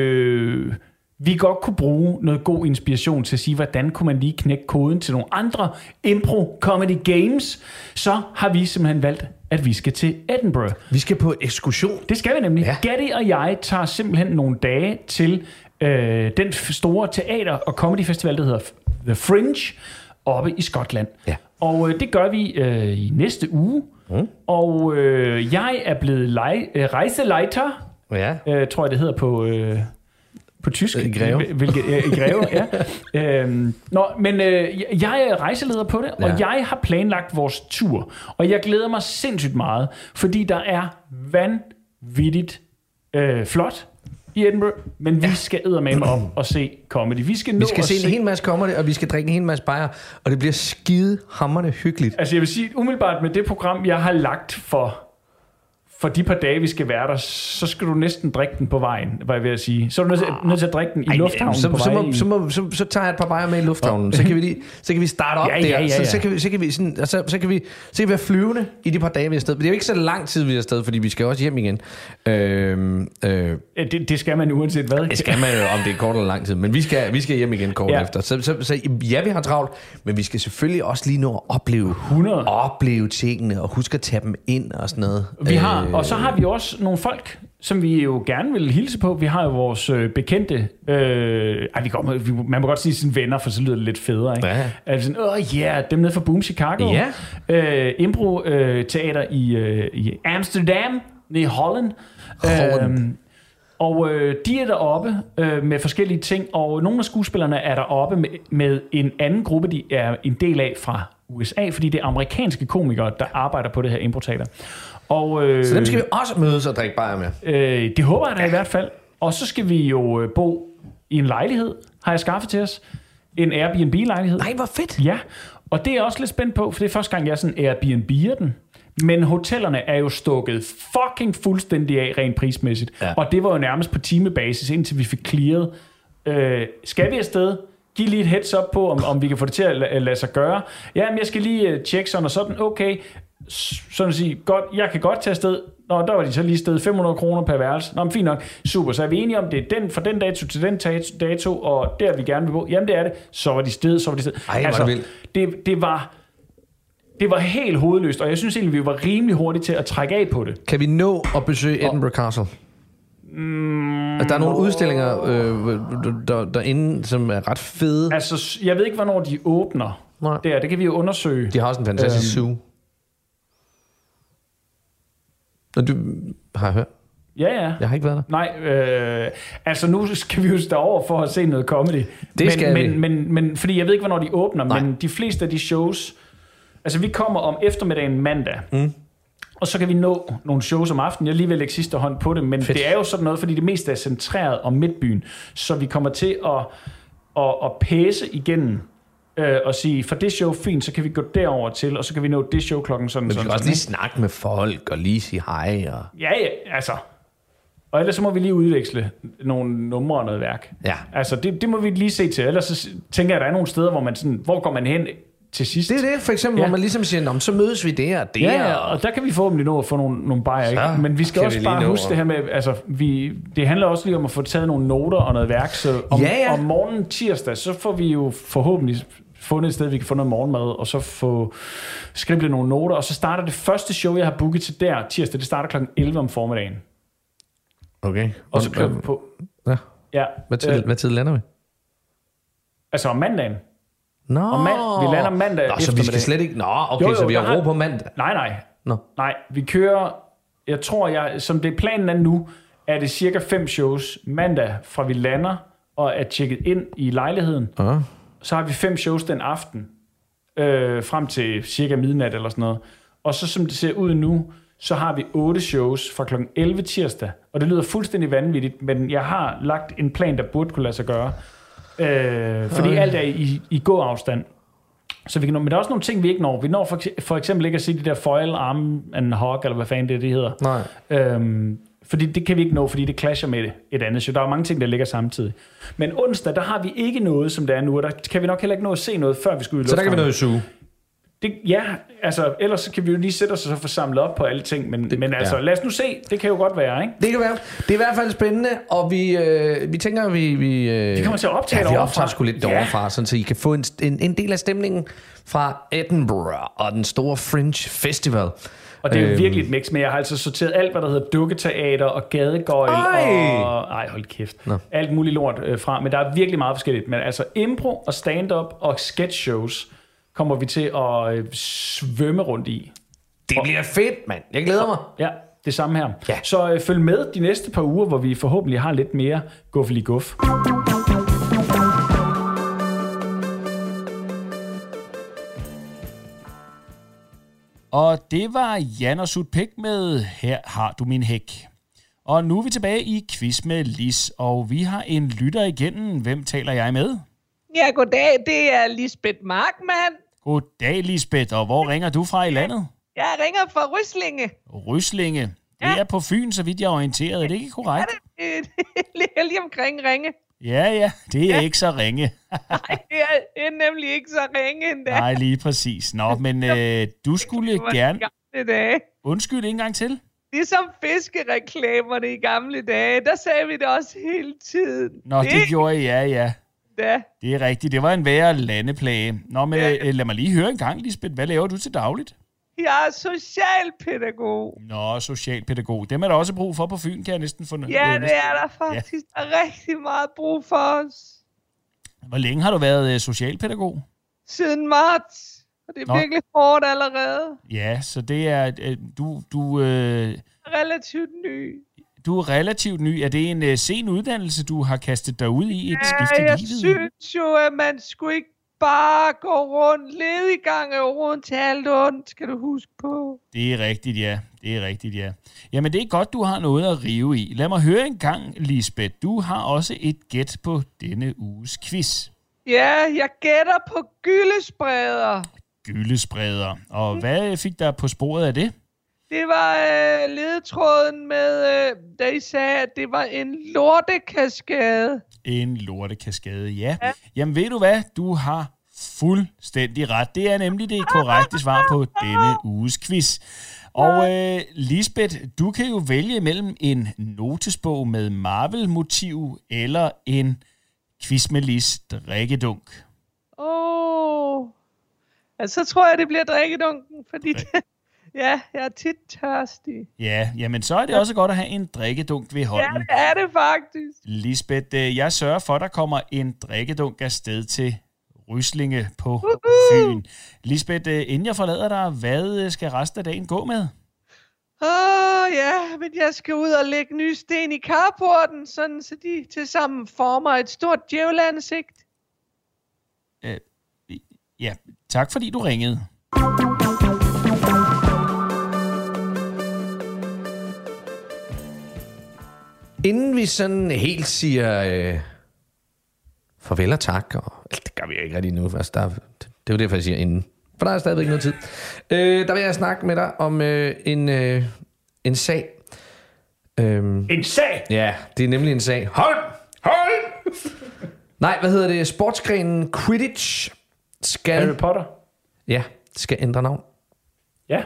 vi godt kunne bruge noget god inspiration til at sige, hvordan kunne man lige knække koden til nogle andre impro-comedy games, så har vi simpelthen valgt, at vi skal til Edinburgh. Vi skal på ekskursion. Det skal vi nemlig. Ja. Gatti og jeg tager simpelthen nogle dage til den store teater- og comedyfestival, der hedder The Fringe, oppe i Skotland. Ja. Og det gør vi i næste uge. Og jeg er blevet rejselejter, tror jeg det hedder på tysk. Greve. Greve, ja. Men jeg er rejseleder på det, og jeg har planlagt vores tur. Og jeg glæder mig sindssygt meget, fordi der er vanvittigt flot i Edinburgh, men vi skal eddermame op og se comedy. Vi skal se en hel masse comedy, og vi skal drikke en hel masse bajer, og det bliver skide hamrende hyggeligt. Altså jeg vil sige, umiddelbart med det program, jeg har lagt for for de par dage, vi skal være der, så skal du næsten drikke den på vejen, var jeg ved at sige. Så er du nødt til at drikke den i lufthavnen på vejen. Så tager jeg et par bajer med i lufthavnen. Så kan vi starte op der. Så kan vi være flyvende i de par dage, vi er afsted. Men det er jo ikke så lang tid, vi er afsted, fordi vi skal også hjem igen. Det skal man uanset hvad. Det skal man jo, om det er kort eller lang tid. Men vi skal hjem igen kort efter. Så ja, vi har travlt, men vi skal selvfølgelig også lige nå at opleve tingene og huske at tage dem ind og sådan noget. Og så har vi også nogle folk, som vi jo gerne vil hilse på. Vi har jo vores bekendte, man må godt sige sine venner, for så lyder det lidt federe, ikke? Ja. Altså sådan, dem nede fra Boom Chicago. Ja. Impro-teater i Amsterdam, i Holland. Og de er deroppe med forskellige ting, og nogle af skuespillerne er deroppe med en anden gruppe, de er en del af fra USA, fordi det er amerikanske komikere, der arbejder på det her impro-teater. Så dem skal vi også mødes og drikke bajer med? Det håber jeg da i hvert fald. Og så skal vi jo bo i en lejlighed, har jeg skaffet til os. En Airbnb-lejlighed. Nej, hvor fedt! Ja, og det er jeg også lidt spændt på, for det er første gang, jeg sådan Airbnb'er den. Men hotellerne er jo stukket fucking fuldstændig af rent prismæssigt. Ja. Og det var jo nærmest på timebasis, indtil vi fik clearet. Skal vi afsted? Giv lige et heads up på, om vi kan få det til at lade sig gøre. Ja, men jeg skal lige tjekke sådan og sådan. Okay, sådan at sige, godt, jeg kan godt tage afsted. Nå, der var de så lige sted 500 kroner per værelse. Nå, men fint nok. Super, så er vi enige om, det er den fra den dato til den dato, og der vi gerne vil bo. Jamen, det er det. Så var de sted. Ej, altså, det var helt hovedløst, og jeg synes egentlig, vi var rimelig hurtige til at trække af på det. Kan vi nå at besøge Edinburgh Castle? Der er nogle udstillinger derinde, som er ret fede. Altså, jeg ved ikke, hvornår de åbner. Nej. Det kan vi jo undersøge. De har også en fantastisk zoo. Du har hørt? Ja. Jeg har ikke været der. Nej, altså nu skal vi jo stå over for at se noget comedy. Men fordi jeg ved ikke, hvornår de åbner, men de fleste af de shows... Altså, vi kommer om eftermiddagen mandag, og så kan vi nå nogle shows om aftenen. Jeg lige vil lægge sidste hånd på det, men det er jo sådan noget, fordi det meste er centreret om midtbyen, så vi kommer til at pæse igennem og sige, for det show fint, så kan vi gå derover til, og så kan vi nå det show klokken sådan. Men vi kan også lige snakke med folk, og lige sige hej. Og... Ja, altså. Og ellers så må vi lige udveksle nogle numre og noget værk. Ja. Altså, det må vi lige se til. Ellers så tænker jeg, at der er nogle steder, hvor man sådan, hvor går man hen til sidst. Det er det, for eksempel, hvor man ligesom siger, så mødes vi der og der. Ja, og der kan vi forhåbentlig nå at få nogle bajer, ikke? Men vi skal også bare huske det her med, altså, det handler også lige om at få taget nogle noter og noget værk, så om morgenen tirsdag, så får vi jo forhåbentlig fundet et sted, vi kan få noget morgenmad, og så få skriblet nogle noter, og så starter det første show, jeg har booket til der tirsdag, det starter klokken 11 om formiddagen. Okay. Og så kører vi på. Ja. Hvad tid lander vi? Altså om mandagen. Nå. Vi lander mandag eftermiddag. Så vi skal slet ikke... Nå, okay, så vi har ro på mandag. Nej, vi kører... Jeg tror, som det planen er nu, er det cirka 5 shows mandag, fra vi lander og er tjekket ind i lejligheden. Så har vi 5 shows den aften, frem til cirka midnat eller sådan noget. Og så som det ser ud nu, så har vi 8 shows fra kl. 11 tirsdag. Og det lyder fuldstændig vanvittigt, men jeg har lagt en plan, der burde kunne lade sig gøre. Fordi alt er i gåafstand. Så vi kan nå, men der er også nogle ting, vi ikke når. Vi når for eksempel ikke at se de der foil, arm and hog, eller hvad fanden det hedder. Nej. Fordi det kan vi ikke nå, fordi det clasher med et andet show. Der er mange ting, der ligger samtidig. Men onsdag, der har vi ikke noget, som det er nu, og der kan vi nok heller ikke nå at se noget, før vi skal ud i lufthavnen. Så der kan vi nå i suge. Ja, altså, ellers så kan vi jo lige sætte os og få samlet op på alle ting, men altså, lad os nu se, det kan jo godt være, ikke? Det kan være. Det er i hvert fald spændende, og vi tænker, at vi kommer til at optage vi optager sgu lidt derovre, sådan så I kan få en del af stemningen fra Edinburgh og den store Fringe Festival. Og det er jo virkelig et mix, men jeg har altså sorteret alt, hvad der hedder dukketeater og gadegøjl og... Ej, hold kæft. Alt muligt lort fra, men der er virkelig meget forskelligt. Men altså impro og stand-up og sketch shows kommer vi til at svømme rundt i. Det bliver fedt, mand. Jeg glæder mig. Ja, det samme her. Ja. Så følg med de næste par uger, hvor vi forhåbentlig har lidt mere guffeli-guff. Og det var Jan og Sutpik med Her har du min hæk. Og nu er vi tilbage i quiz med Lis, og vi har en lytter igennem. Hvem taler jeg med? Ja, goddag. Det er Lisbeth Markmann. Goddag, Lisbeth. Og hvor ringer du fra i landet? Jeg ringer fra Ryslinge. Ryslinge. Det er på Fyn, så vidt jeg er orienteret. Er det ikke korrekt? Det ligger lige omkring Ringe. Ja, det er ikke så ringe. Nej, det er nemlig ikke så ringe endda. Nej, lige præcis. Nå, men du skulle gerne... Dage. Undskyld en gang til. Ligesom fiskereklamerne i gamle dage, der sagde vi det også hele tiden. Nå, det gjorde I, ja. Ja. Det er rigtigt. Det var en værre landeplage. Nå, men lad mig lige høre en gang, Lisbeth. Hvad laver du til dagligt? Jeg er socialpædagog. Nå, socialpædagog. Dem er der også brug for på Fyn, kan jeg næsten få. Ja, det er der faktisk. Ja. Der er rigtig meget brug for os. Hvor længe har du været socialpædagog? Siden marts. Og det er virkelig hårdt allerede. Ja, så det er... Du relativt ny. Du er relativt ny. Er det en sen uddannelse, du har kastet dig ud i et skift i livet? Jeg synes jo, at man skulle ikke bare gå rundt. Lediggang er rundt til alt ondt, skal du huske på. Det er rigtigt, ja. Jamen, det er godt, du har noget at rive i. Lad mig høre en gang, Lisbeth. Du har også et gæt på denne uges quiz. Ja, jeg gætter på gyldespreder. Gyldespreder. Og hvad fik der på sporet af det? Det var ledetråden med, da I sagde, at det var en lortekaskade. En lortekaskade, ja. Jamen ved du hvad? Du har fuldstændig ret. Det er nemlig det korrekte svar på denne uges quiz. Og Lisbeth, du kan jo vælge mellem en notesbog med Marvel-motiv eller en quiz med Lis drikkedunk. Altså, så tror jeg, det bliver drikkedunken, fordi ja, jeg er tit tørstig. Ja, jamen så er det også godt at have en drikkedunk ved hånden. Ja, det er det faktisk. Lisbeth, jeg sørger for, at der kommer en drikkedunk afsted til Ryslinge på Fyn. Lisbeth, inden jeg forlader dig, hvad skal resten af dagen gå med? Ja, men jeg skal ud og lægge nye sten i carporten, sådan så de tilsammen former et stort djævleansigt. Ja, tak fordi du ringede. Inden vi sådan helt siger farvel og tak, og det gør vi ikke rigtig nu, altså, det er jo derfor, jeg siger inden. For der er stadigvæk noget tid. Der vil jeg snakke med dig om en sag. En sag? Ja, det er nemlig en sag. Hold! Nej, hvad hedder det? Sportsgrenen Quidditch skal... Harry Potter? Ja, skal ændre navn. Ja.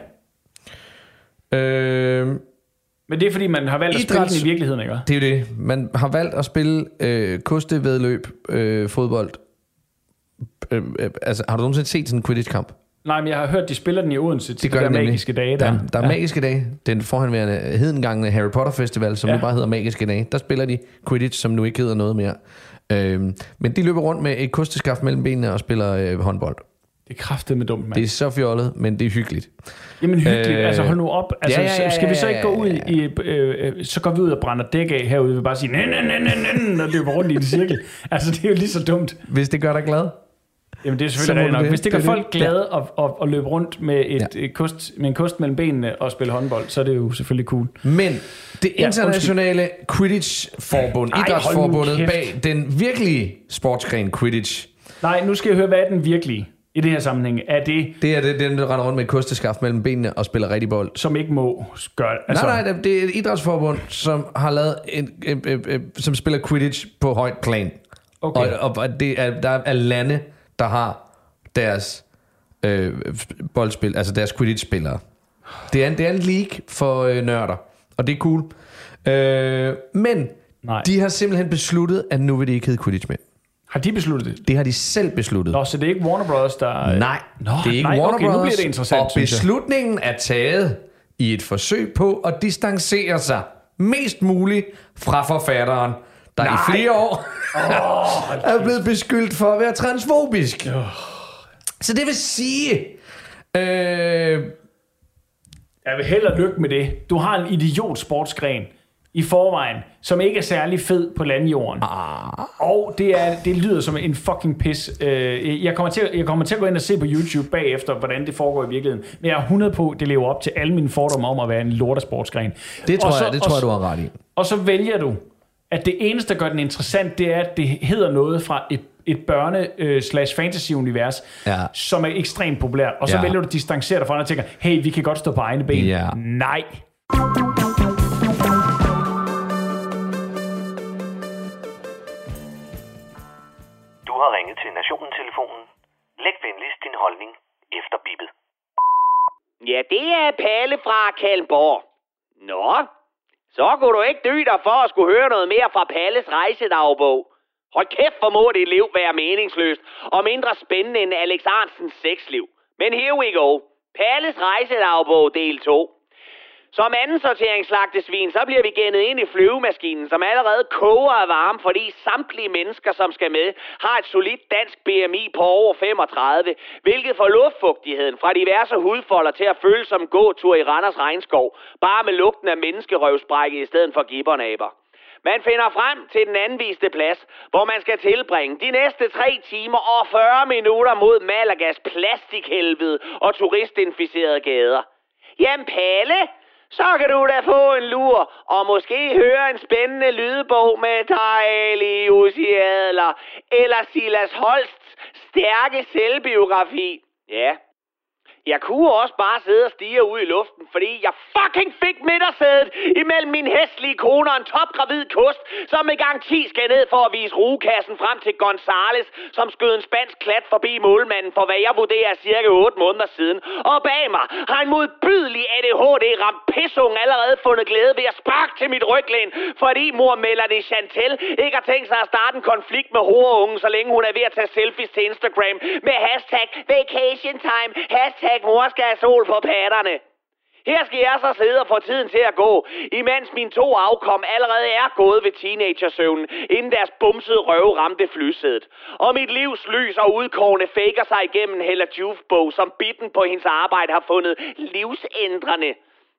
Men det er fordi, man har valgt at spille den i virkeligheden, ikke? Det er jo det. Man har valgt at spille kostevæddeløb, fodbold. Altså, har du nogensinde set sådan en Quidditch-kamp? Nej, men jeg har hørt, de spiller den i Odense til de der magiske dage. Der er magiske dage. Den forhenværende hedengangne Harry Potter Festival, som nu bare hedder magiske dage. Der spiller de Quidditch, som nu ikke hedder noget mere. Men de løber rundt med et kosteskaft mellem benene og spiller håndbold. Det er kraftedeme dumt, mand. Det er så fjollet, men det er hyggeligt. Jamen hyggeligt, altså hold nu op. Altså, skal vi så ikke gå ud i... så går vi ud og brænder dæk af herude. Vi bare sige, og løber rundt i en cirkel. Altså, det er jo lige så dumt. Hvis det gør dig glad. Jamen, det er selvfølgelig nok. Hvis det gør folk glade at løbe rundt med en kost mellem benene og spille håndbold, så er det jo selvfølgelig cool. Men det internationale Quidditch-forbund, idrætsforbundet bag den virkelige sportsgren Quidditch. Nej, nu skal jeg høre, hvad er den virkelige i det her sammenhæng? Er det... Det er den, der render rundt med et kosteskaft mellem benene og spiller rigtig bold. Som ikke må gøre... Altså... Nej, det er et idrætsforbund, som har lavet som spiller Quidditch på højt plan. Okay. Og det er, der er lande, der har deres boldspil, altså deres Quidditch-spillere. Det er en league for nørder, og det er cool. Men de har simpelthen besluttet, at nu vil de ikke hedde Quidditch mere. Har de besluttet det? Det har de selv besluttet. Nå, så det er ikke Warner Brothers, der... Nej, det er ikke Warner Brothers. Nu bliver det interessant, og beslutningen er taget i et forsøg på at distancere sig mest muligt fra forfatteren, der i flere år er blevet beskyldt for at være transfobisk. Så det vil sige... Jeg vil hellere lykke med det. Du har en idiot sportsgren i forvejen, som ikke er særlig fed på landjorden. Og det lyder som en fucking pis. Jeg kommer til at gå ind og se på YouTube bagefter, hvordan det foregår i virkeligheden. Men jeg er 100 på, det lever op til alle mine fordomme om at være en lortesportsgren. Det tror jeg, du har ret i. Og så vælger du, at det eneste, der gør den interessant, det er, at det hedder noget fra et børne-/fantasy-univers, som er ekstremt populært. Og så vælger du at distancere dig fra, og tænker, hey, vi kan godt stå på egne ben. Nej. til Nationen-telefonen. Læg venligst din holdning efter bippet. Ja, det er Palle fra Kalmborg. Nå, så kunne du ikke dø dig for at skulle høre noget mere fra Palles rejsedagbog. Hold kæft, hvor må dit liv være meningsløst og mindre spændende end Alex Arnsens sexliv. Men here we go. Palles rejsedagbog del 2. Som anden sorteringsslagtesvin, så bliver vi gennet ind i flyvemaskinen, som allerede koger af varme, fordi samtlige mennesker, som skal med, har et solidt dansk BMI på over 35, hvilket får luftfugtigheden fra diverse hudfolder til at føles som en gåtur i Randers regnskov, bare med lugten af menneskerøvsbrække i stedet for gibbernaber. Man finder frem til den anviste plads, hvor man skal tilbringe de næste 3 timer og 40 minutter mod Malagas plastikhelvede og turistinficerede gader. Jamen Palle, så kan du da få en lur og måske høre en spændende lydbog med dejlig Jussi Adler eller Silas Holsts stærke selvbiografi. Ja, jeg kunne også bare sidde og stige ud i luften, fordi jeg fucking fik middagssædet imellem min hæslige kone og en topgravid kost, som med garanti skal ned for at vise rugekassen frem til Gonzales, som skød en spansk klat forbi målmanden for hvad jeg vurderer cirka 8 måneder siden. Og bag mig har en modbydelig ADHD-ramt pissung allerede fundet glæde ved at sparke til mit ryglæn, fordi mor Melanie Chantel ikke har tænkt sig at starte en konflikt med horungen, så længe hun er ved at tage selfies til Instagram med hashtag vacation time, hashtag mor skal have sol på patterne. Her skal jeg så sidde og få tiden til at gå, imens mine 2 afkom allerede er gået ved teenagersøvnen, inden deres bumsede røve ramte flysædet. Og mit livs lys og udkårne faker sig igennem Hella Juf-bog, som bitten på hendes arbejde har fundet livsændrende.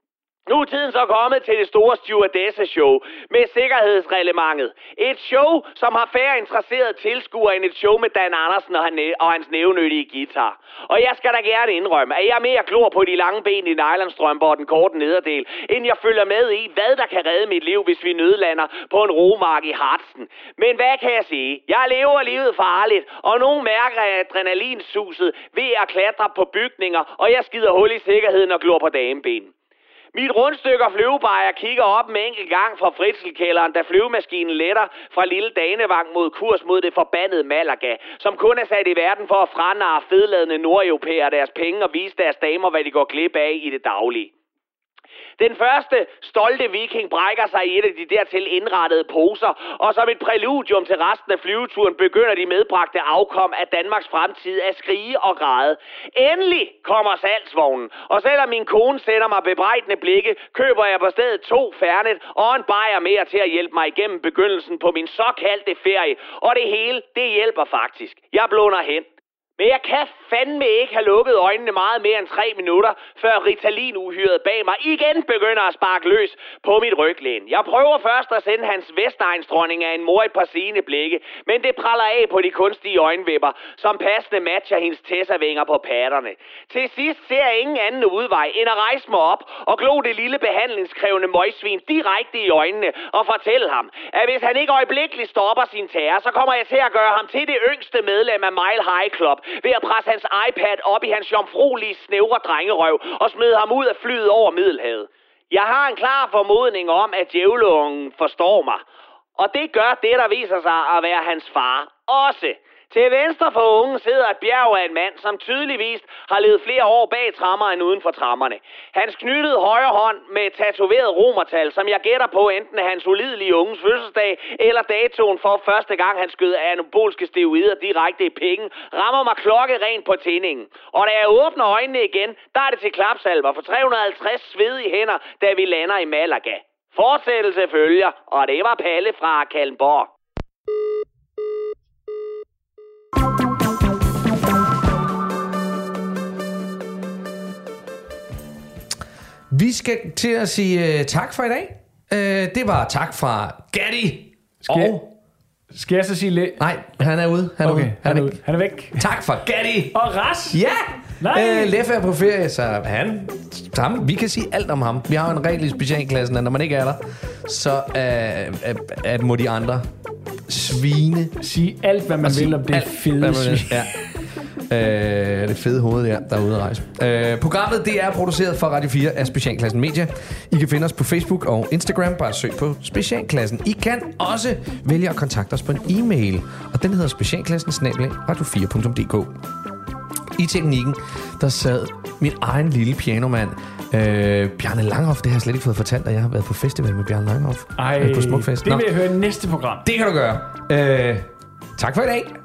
Nu er tiden så kommet til det store stewardesse-show med sikkerhedsreglementet. Et show, som har færre interesserede tilskuere end et show med Dan Andersen og hans nævnyttige guitar. Og jeg skal da gerne indrømme, at jeg er mere klor på de lange ben i nylonstrømper og den korte nederdel, end jeg følger med i, hvad der kan redde mit liv, hvis vi nødlander på en romark i Hartsen. Men hvad kan jeg sige? Jeg lever livet farligt, og nogen mærker adrenalinsuset ved at klatre på bygninger, og jeg skider hul i sikkerheden og glor på dameben. Mit rundstykke og flyvebajer kigger op en enkelt gang fra fritzelkælderen, da flyvemaskinen letter fra lille Danevang mod kurs mod det forbandede Malaga, som kun er sat i verden for at franarre fedladende nordeuropæere deres penge og vise deres damer, hvad de går glip af i det daglige. Den første stolte viking brækker sig i et af de dertil indrettede poser, og som et præludium til resten af flyveturen begynder de medbragte afkom af Danmarks fremtid at skrige og græde. Endelig kommer salgsvognen, og selvom min kone sender mig bebrejdende blikke, køber jeg på stedet 2 Fernet og en bajer mere til at hjælpe mig igennem begyndelsen på min såkaldte ferie, og det hele, det hjælper faktisk. Jeg blunder hen. Men jeg kan fandme ikke have lukket øjnene meget mere end 3 minutter, før Ritalin-uhyret bag mig igen begynder at sparke løs på mit ryglæn. Jeg prøver først at sende hans Vestegnsdronning af en mor et par sigende blikke, men det praller af på de kunstige øjenvipper, som passende matcher hendes tessavinger på patterne. Til sidst ser jeg ingen anden udvej end at rejse mig op og glo det lille behandlingskrævende møgsvin direkte i øjnene og fortælle ham, at hvis han ikke øjeblikkeligt stopper sin terror, så kommer jeg til at gøre ham til det yngste medlem af Mile High Club, ved at presse hans iPad op i hans jomfruelige snævre drengerøv og smide ham ud af flyet over Middelhavet. Jeg har en klar formodning om, at djævleungen forstår mig. Og det gør det, der viser sig at være hans far også. Til venstre for ungen sidder et bjerg af en mand, som tydeligvis har levet flere år bag trammer end uden for trammerne. Hans knyttede højre hånd med et tatoveret romertal, som jeg gætter på enten hans ulidelige unges fødselsdag eller datoen for første gang han skød anabolske steroider direkte i pikken, rammer mig klokkerent på tændingen. Og da jeg åbner øjnene igen, der er det til klapsalver for 350 svedige hænder, da vi lander i Malaga. Fortsættelse følger, og det var Palle fra Kalmborg. Vi skal til at sige tak for i dag. Det var tak fra Gatti. Skal jeg så sige Nej, han er ude. Han er væk. Tak for Gatti. Og Ras. Ja. Leffe er på ferie, så vi kan sige alt om ham. Vi har jo en regel i specialklassen, at når man ikke er der, så må de andre svine. Sige alt, hvad man vil om det fede svin. Ja. Det fede hoved der er ude at rejse. Programmet det er produceret for Radio 4 af Specialklassen Media. I kan finde os på Facebook og Instagram. Bare søg på Specialklassen. I kan også vælge at kontakte os på en e-mail. Og den hedder specialklassen@radio4.dk. I teknikken, der sad min egen lille pianomand, Bjarne Langhoff. Det har jeg slet ikke fået fortalt, at jeg har været på festival med Bjarne Langhoff. Ej, på Smukfest. Det vil jeg høre i næste program. Det kan du gøre. Tak for i dag.